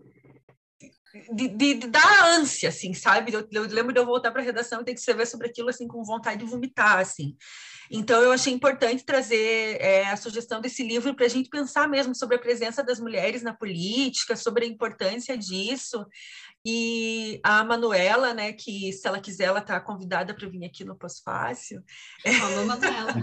De, de, de dar ânsia, assim, sabe? Eu, eu lembro de eu voltar para a redação e ter que escrever sobre aquilo, assim, com vontade de vomitar, assim. Então, eu achei importante trazer é, a sugestão desse livro para a gente pensar mesmo sobre a presença das mulheres na política, sobre a importância disso. E a Manuela, né, que se ela quiser, ela está convidada para vir aqui no Pós-Fácil. Falou, Manuela.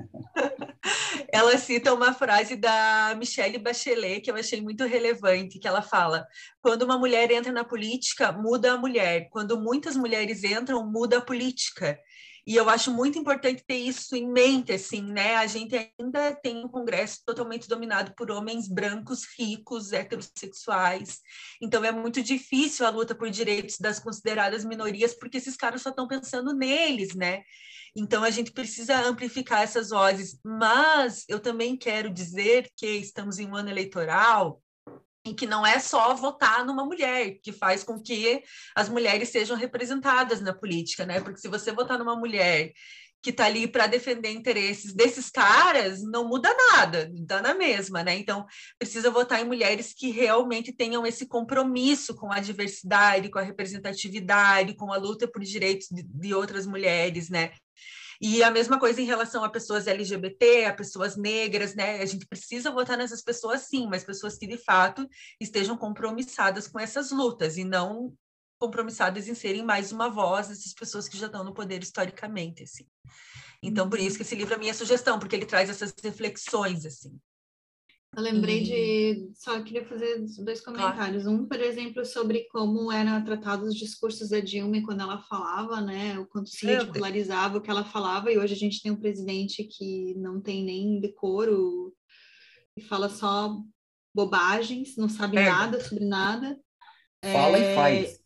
Ela cita uma frase da Michelle Bachelet, que eu achei muito relevante, que ela fala: quando uma mulher entra na política, muda a mulher. Quando muitas mulheres entram, muda a política. E eu acho muito importante ter isso em mente, assim, né? A gente ainda tem um Congresso totalmente dominado por homens brancos, ricos, heterossexuais. Então, é muito difícil a luta por direitos das consideradas minorias, porque esses caras só estão pensando neles, né? Então, a gente precisa amplificar essas vozes. Mas eu também quero dizer que estamos em um ano eleitoral em que não é só votar numa mulher que faz com que as mulheres sejam representadas na política, né? Porque se você votar numa mulher que está ali para defender interesses desses caras, não muda nada, dá na mesma, né? Então, precisa votar em mulheres que realmente tenham esse compromisso com a diversidade, com a representatividade, com a luta por direitos de, de outras mulheres, né? E a mesma coisa em relação a pessoas L G B T, a pessoas negras, né? A gente precisa votar nessas pessoas, sim, mas pessoas que, de fato, estejam compromissadas com essas lutas e não compromissadas em serem mais uma voz dessas pessoas que já estão no poder historicamente, assim. Então, por isso que esse livro é a minha sugestão, porque ele traz essas reflexões, assim. Eu lembrei de... Só queria fazer dois comentários. Claro. Um, por exemplo, sobre como eram tratados os discursos da Dilma quando ela falava, né? O quanto se ridicularizava o que ela falava. E hoje a gente tem um presidente que não tem nem decoro e fala só bobagens, não sabe é. nada sobre nada. Fala é... e faz.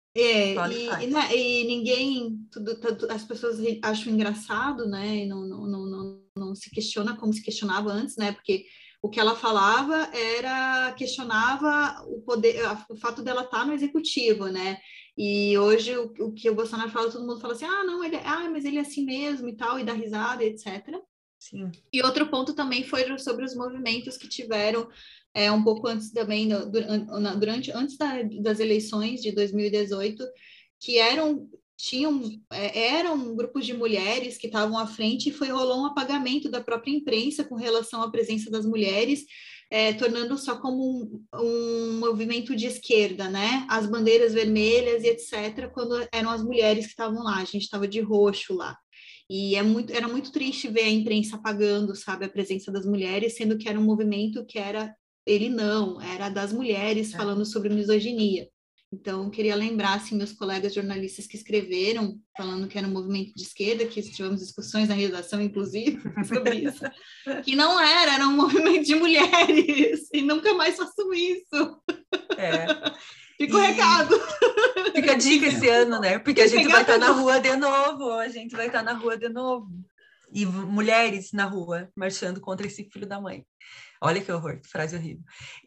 É, Fala e, e, faz. E, e ninguém... Tudo, tudo, as pessoas acham engraçado, né? E não, não, não, não, não se questiona como se questionava antes, né? Porque... O que ela falava era, questionava o poder, o fato dela estar no executivo, né? E hoje o, o que o Bolsonaro fala, todo mundo fala assim, ah, não, ele, ah, mas ele é assim mesmo e tal, e dá risada, etcétera. Sim. E outro ponto também foi sobre os movimentos que tiveram é, um pouco antes também, durante, antes da, das eleições de dois mil e dezoito, que eram tinham, é, eram grupos de mulheres que estavam à frente e foi rolou um apagamento da própria imprensa com relação à presença das mulheres, é, tornando só como um, um movimento de esquerda, né? As bandeiras vermelhas e etcétera, quando eram as mulheres que estavam lá, a gente estava de roxo lá. E é muito, era muito triste ver a imprensa apagando, sabe, a presença das mulheres, sendo que era um movimento que era, ele não, era das mulheres falando sobre misoginia. Então, queria lembrar, assim, meus colegas jornalistas que escreveram, falando que era um movimento de esquerda, que tivemos discussões na redação, inclusive, sobre isso, que não era, era um movimento de mulheres, e nunca mais façam isso. É. Fica o recado. Fica a dica esse ano, né? Porque a gente vai estar na rua de novo, a gente vai estar na rua de novo. E mulheres na rua, marchando contra esse filho da mãe. Olha que horror, que frase horrível.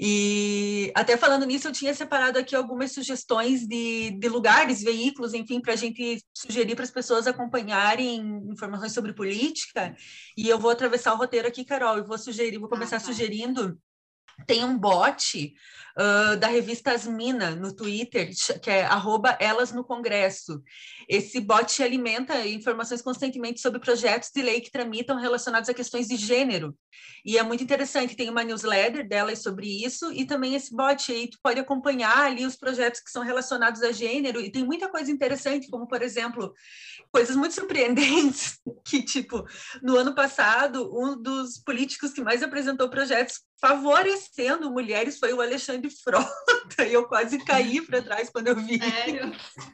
E até falando nisso, eu tinha separado aqui algumas sugestões de, de lugares, veículos, enfim, para a gente sugerir para as pessoas acompanharem informações sobre política. E eu vou atravessar o roteiro aqui, Carol, e vou sugerir, vou começar ah, tá. sugerindo. Tem um bot uh, da revista Asmina no Twitter, que é arroba Elas no Congresso. Esse bot alimenta informações constantemente sobre projetos de lei que tramitam relacionados a questões de gênero. E é muito interessante, tem uma newsletter delas sobre isso, e também esse bot aí, tu pode acompanhar ali os projetos que são relacionados a gênero, e tem muita coisa interessante, como, por exemplo, coisas muito surpreendentes, que, tipo, no ano passado, um dos políticos que mais apresentou projetos favorecendo mulheres foi o Alexandre Frota, e eu quase caí para trás quando eu vi. Sério?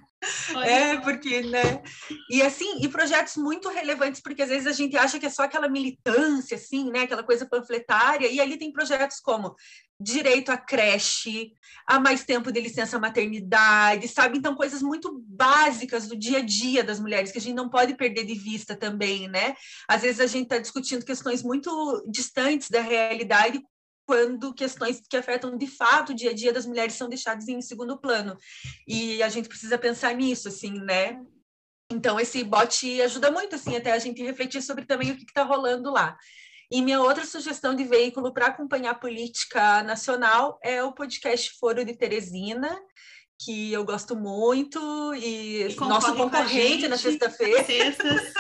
É, porque, né? E assim, e projetos muito relevantes, porque às vezes a gente acha que é só aquela militância, assim, né? Aquela coisa panfletária, e ali tem projetos como direito à creche, a mais tempo de licença maternidade, sabe? Então, coisas muito básicas do dia a dia das mulheres, que a gente não pode perder de vista também, né? Às vezes a gente está discutindo questões muito distantes da realidade, quando questões que afetam de fato o dia a dia das mulheres são deixadas em segundo plano. E a gente precisa pensar nisso, assim, né? Então, esse bot ajuda muito, assim, até a gente refletir sobre também o que está rolando lá. E minha outra sugestão de veículo para acompanhar a política nacional é o podcast Foro de Teresina, que eu gosto muito, e, e nosso concorrente na sexta-feira. Sextas.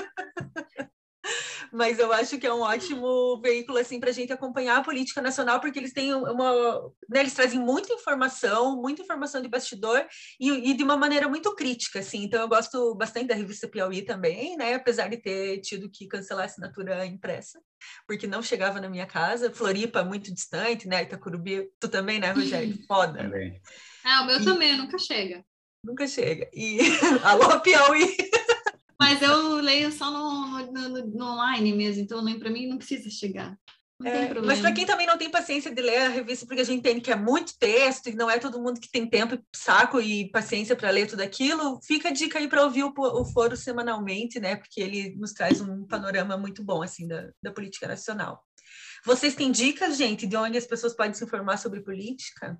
Mas eu acho que é um ótimo veículo assim para a gente acompanhar a política nacional, porque eles têm uma, né, eles trazem muita informação, muita informação de bastidor e, e de uma maneira muito crítica, assim. Então eu gosto bastante da revista Piauí também, né? Apesar de ter tido que cancelar a assinatura impressa, porque não chegava na minha casa. Floripa muito distante, né? Itacurubi, tu também, né, Rogério? Foda. Também. Ah, o meu e... também nunca chega. Nunca chega. E alô Piauí. Mas eu leio só no, no, no, no online mesmo, então para mim não precisa chegar. Não tem é, problema. Mas para quem também não tem paciência de ler a revista, porque a gente entende que é muito texto e não é todo mundo que tem tempo, saco e paciência para ler tudo aquilo, fica a dica aí para ouvir o, o foro semanalmente, né? Porque ele nos traz um panorama muito bom assim da, da política nacional. Vocês têm dicas, gente, de onde as pessoas podem se informar sobre política?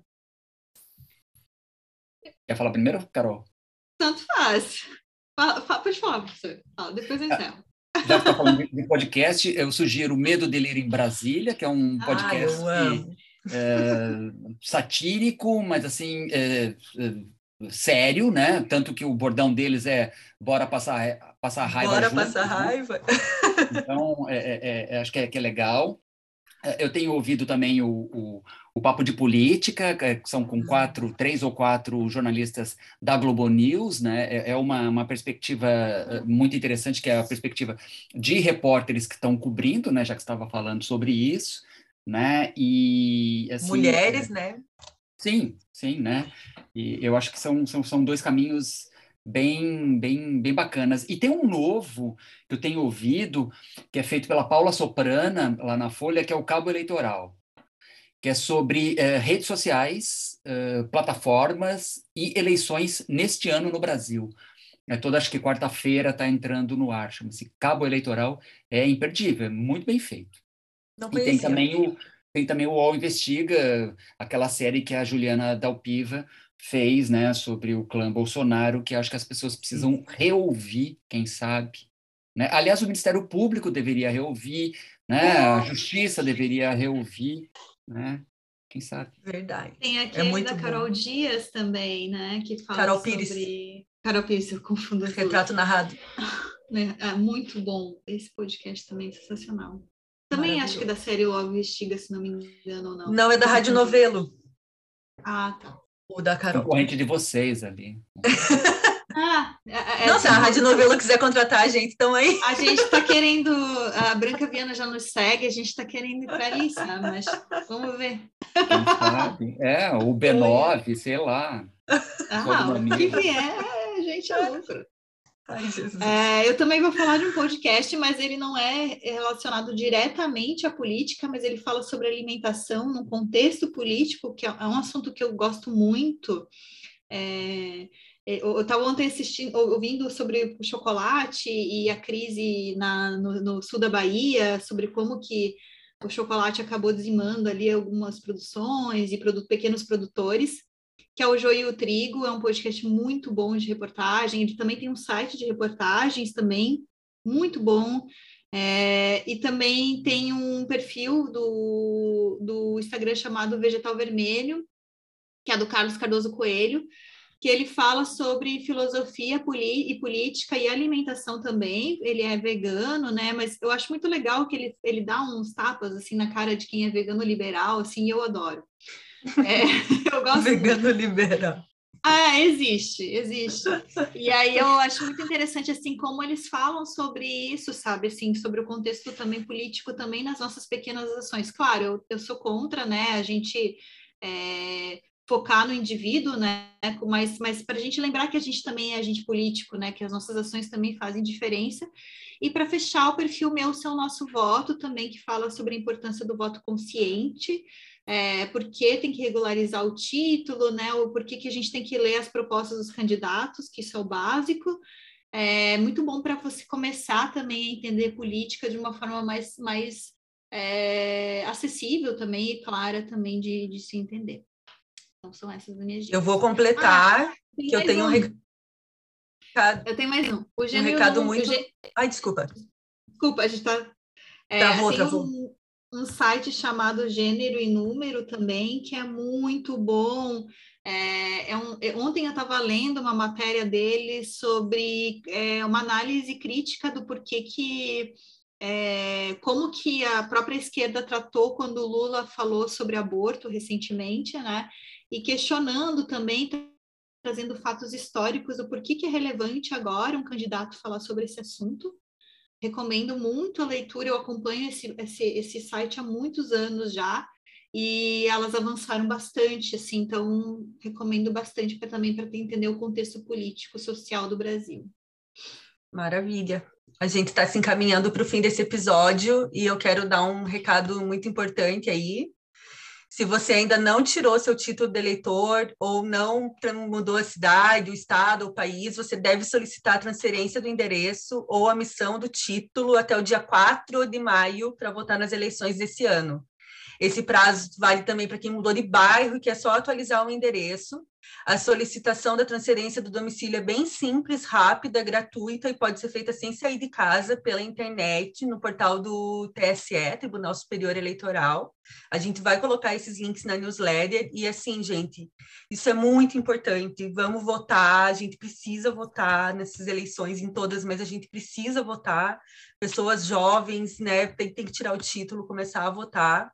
Quer falar primeiro, Carol? Tanto faz. Fala, fala, pode falar, professor. Fala, depois eu encerro. Já que está falando de podcast, eu sugiro Medo de Ler em Brasília, que é um podcast ah, é, satírico, mas assim, é, é, sério, né? Tanto que o bordão deles é bora passar, passar raiva Bora juntos, passar né? raiva. Então, é, é, é, acho que é, que é legal. Eu tenho ouvido também o, o, o Papo de Política, que são com quatro, três ou quatro jornalistas da Globo News, né? É uma, uma perspectiva muito interessante, que é a perspectiva de repórteres que estão cobrindo, né? Já que você estava falando sobre isso, né? E, assim, mulheres, é... né? Sim, sim, né? E eu acho que são, são, são dois caminhos bem, bem, bem bacanas. E tem um novo que eu tenho ouvido, que é feito pela Paula Soprana, lá na Folha, que é o Cabo Eleitoral, que é sobre eh, redes sociais, eh, plataformas e eleições neste ano no Brasil. É toda, acho que quarta-feira está entrando no ar, chama-se Cabo Eleitoral, é imperdível, é muito bem feito. Não e tem conhecia. também o tem também o U O L Investiga, aquela série que a Juliana Dalpiva fez, né, sobre o clã Bolsonaro, que acho que as pessoas precisam reouvir, quem sabe, né? Aliás, o Ministério Público deveria reouvir, né? A Justiça deveria reouvir, né? Quem sabe? Verdade. Tem É aquele muito da Carol bom. Dias também, né? Que fala Carol sobre... Pires. Carol Pires, eu confundo as duas. Retrato narrado. Né? É muito bom. Esse podcast também é sensacional. Também acho que da série O Alvo Estiga, se não me engano, ou não. Não, é da Rádio Novelo. Ah, tá. O da Carol. Concorrente de vocês ali. Ah, é, é, não, se a Rádio Novelo quiser contratar a gente, então aí. A gente tá querendo, a Branca Viana já nos segue, a gente tá querendo ir para ali, sabe? Mas vamos ver. Quem sabe? É, o B nove, sei lá. Ah, o que vier, a gente é lucro. Ai, Jesus. É, eu também vou falar de um podcast, mas ele não é relacionado diretamente à política, mas ele fala sobre alimentação no contexto político, que é um assunto que eu gosto muito. É, eu estava ontem assistindo, ouvindo sobre o chocolate e a crise na, no, no sul da Bahia, sobre como que o chocolate acabou dizimando ali algumas produções e produ pequenos produtores, que é o Joio e o Trigo, é um podcast muito bom de reportagem, ele também tem um site de reportagens também, muito bom, é, e também tem um perfil do, do Instagram chamado Vegetal Vermelho, que é do Carlos Cardoso Coelho, que ele fala sobre filosofia e política e alimentação também. Ele é vegano, né? Mas eu acho muito legal que ele, ele dá uns tapas assim na cara de quem é vegano liberal, assim, eu adoro. É, eu gosto vegano muito. liberal. Ah, existe, existe. E aí eu acho muito interessante, assim, como eles falam sobre isso, sabe? Assim, sobre o contexto também político, também nas nossas pequenas ações. Claro, eu, eu sou contra, né? A gente... É, focar no indivíduo, né? Mas, mas para a gente lembrar que a gente também é agente político, né? Que as nossas ações também fazem diferença. E para fechar, o perfil Meu Seu Nosso Voto, também que fala sobre a importância do voto consciente, é, por que tem que regularizar o título, né? Ou por que, que a gente tem que ler as propostas dos candidatos, que isso é o básico. É muito bom para você começar também a entender política de uma forma mais, mais é, acessível também e clara também de, de se entender. Então, são essas energias. Eu vou completar, ah, que eu tenho um, um recado. Eu tenho mais um. O um recado muito... Gê... Ai, desculpa. Desculpa, a gente tá... É, travou, tem travou. Um, um site chamado Gênero e Número também, que é muito bom. É, é um, ontem eu estava lendo uma matéria dele sobre é, uma análise crítica do porquê que... É, como que a própria esquerda tratou quando o Lula falou sobre aborto recentemente, né? E questionando também, trazendo fatos históricos, o porquê que é relevante agora um candidato falar sobre esse assunto. Recomendo muito a leitura, eu acompanho esse, esse, esse site há muitos anos já, e elas avançaram bastante, assim, então recomendo bastante pra, também para entender o contexto político, social do Brasil. Maravilha. A gente está se encaminhando para o fim desse episódio e eu quero dar um recado muito importante aí. Se você ainda não tirou seu título de eleitor ou não mudou a cidade, o estado, o país, você deve solicitar a transferência do endereço ou a missão do título até o dia quatro de maio para votar nas eleições desse ano. Esse prazo vale também para quem mudou de bairro, que é só atualizar o endereço. A solicitação da transferência do domicílio é bem simples, rápida, gratuita e pode ser feita sem sair de casa pela internet no portal do T S E, Tribunal Superior Eleitoral. A gente vai colocar esses links na newsletter e assim, gente, isso é muito importante. Vamos votar, a gente precisa votar nessas eleições, em todas, mas a gente precisa votar. Pessoas jovens, né, tem, tem que tirar o título, começar a votar.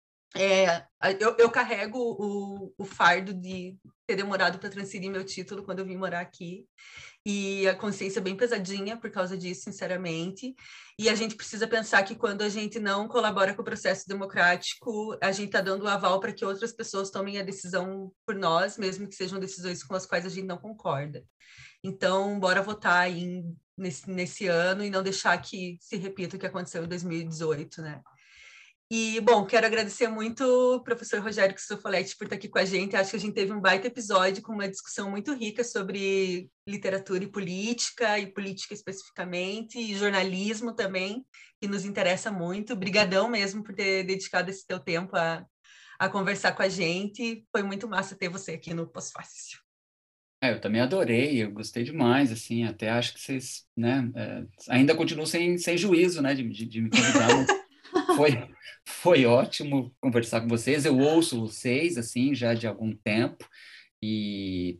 É, eu, eu carrego o, o fardo de ter demorado para transferir meu título quando eu vim morar aqui, e a consciência é bem pesadinha por causa disso, sinceramente, e a gente precisa pensar que quando a gente não colabora com o processo democrático, a gente está dando o aval para que outras pessoas tomem a decisão por nós, mesmo que sejam decisões com as quais a gente não concorda. Então, bora votar em, nesse, nesse ano e não deixar que se repita o que aconteceu em dois mil e dezoito, né? E, bom, quero agradecer muito o professor Rogério Cristofoletti por estar aqui com a gente. Acho que a gente teve um baita episódio com uma discussão muito rica sobre literatura e política, e política especificamente, e jornalismo também, que nos interessa muito. Obrigadão mesmo por ter dedicado esse teu tempo a, a conversar com a gente. Foi muito massa ter você aqui no Pós-Fácil. É, eu também adorei, eu gostei demais, assim, até acho que vocês, né, é, ainda continuam sem, sem juízo, né, de, de, de me convidar, mas... Foi, foi ótimo conversar com vocês. Eu ouço vocês, assim, já de algum tempo. E, pô,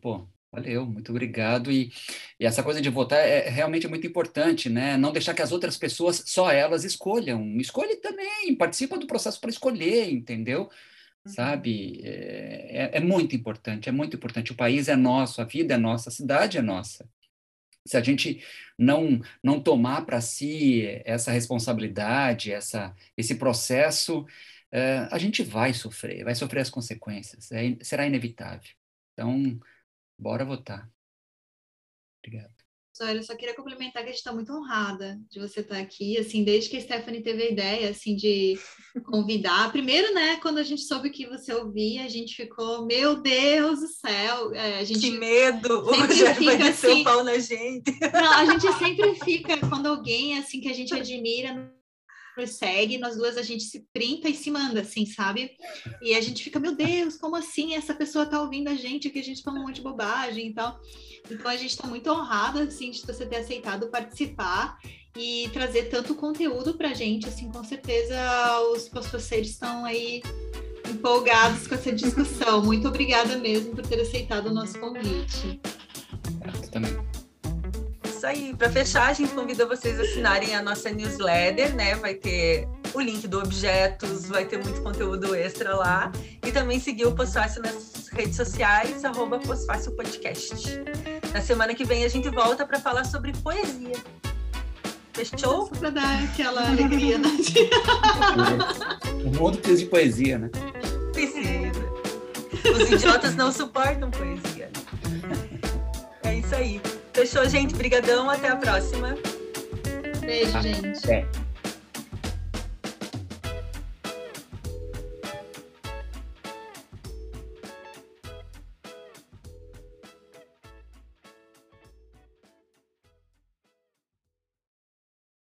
Valeu, muito obrigado. E, e essa coisa de votar é realmente muito importante, né? Não deixar que as outras pessoas, só elas, escolham. Escolhe também, participa do processo para escolher, entendeu? Sabe? É, é muito importante, é muito importante. O país é nosso, a vida é nossa, a cidade é nossa. Se a gente não, não tomar para si essa responsabilidade, essa, esse processo, é, a gente vai sofrer, vai sofrer as consequências, é, será inevitável. Então, bora votar. Obrigado. Olha, eu só queria complementar que a gente está muito honrada de você estar aqui, assim, desde que a Stephanie teve a ideia, assim, de convidar. Primeiro, né, quando a gente soube que você ouvia, a gente ficou, meu Deus do céu, é, a gente... Que medo! O sempre Rogério vai fica descer assim... o pau na gente. Não, a gente sempre fica, quando alguém, assim, que a gente admira... nos segue, nós duas a gente se printa e se manda, assim, sabe? E a gente fica, meu Deus, como assim essa pessoa tá ouvindo a gente, que a gente fala um monte de bobagem e tal. Então a gente tá muito honrada, assim, de você ter aceitado participar e trazer tanto conteúdo pra gente, assim, com certeza os vocês estão aí empolgados com essa discussão. Muito obrigada mesmo por ter aceitado o nosso convite. Eu também. Isso aí, para fechar, a gente convida vocês a assinarem a nossa newsletter, né? Vai ter o link do Objetos, vai ter muito conteúdo extra lá. E também seguir o Pós-Fácil nas redes sociais, arroba Pós-Fácil Podcast. Na semana que vem a gente volta para falar sobre poesia. Fechou? Só para dar aquela alegria, né? O mundo precisa de poesia, né? Precisa. Os idiotas não suportam poesia. É isso aí. Fechou, gente? Brigadão. Até a próxima. Beijo, gente. É.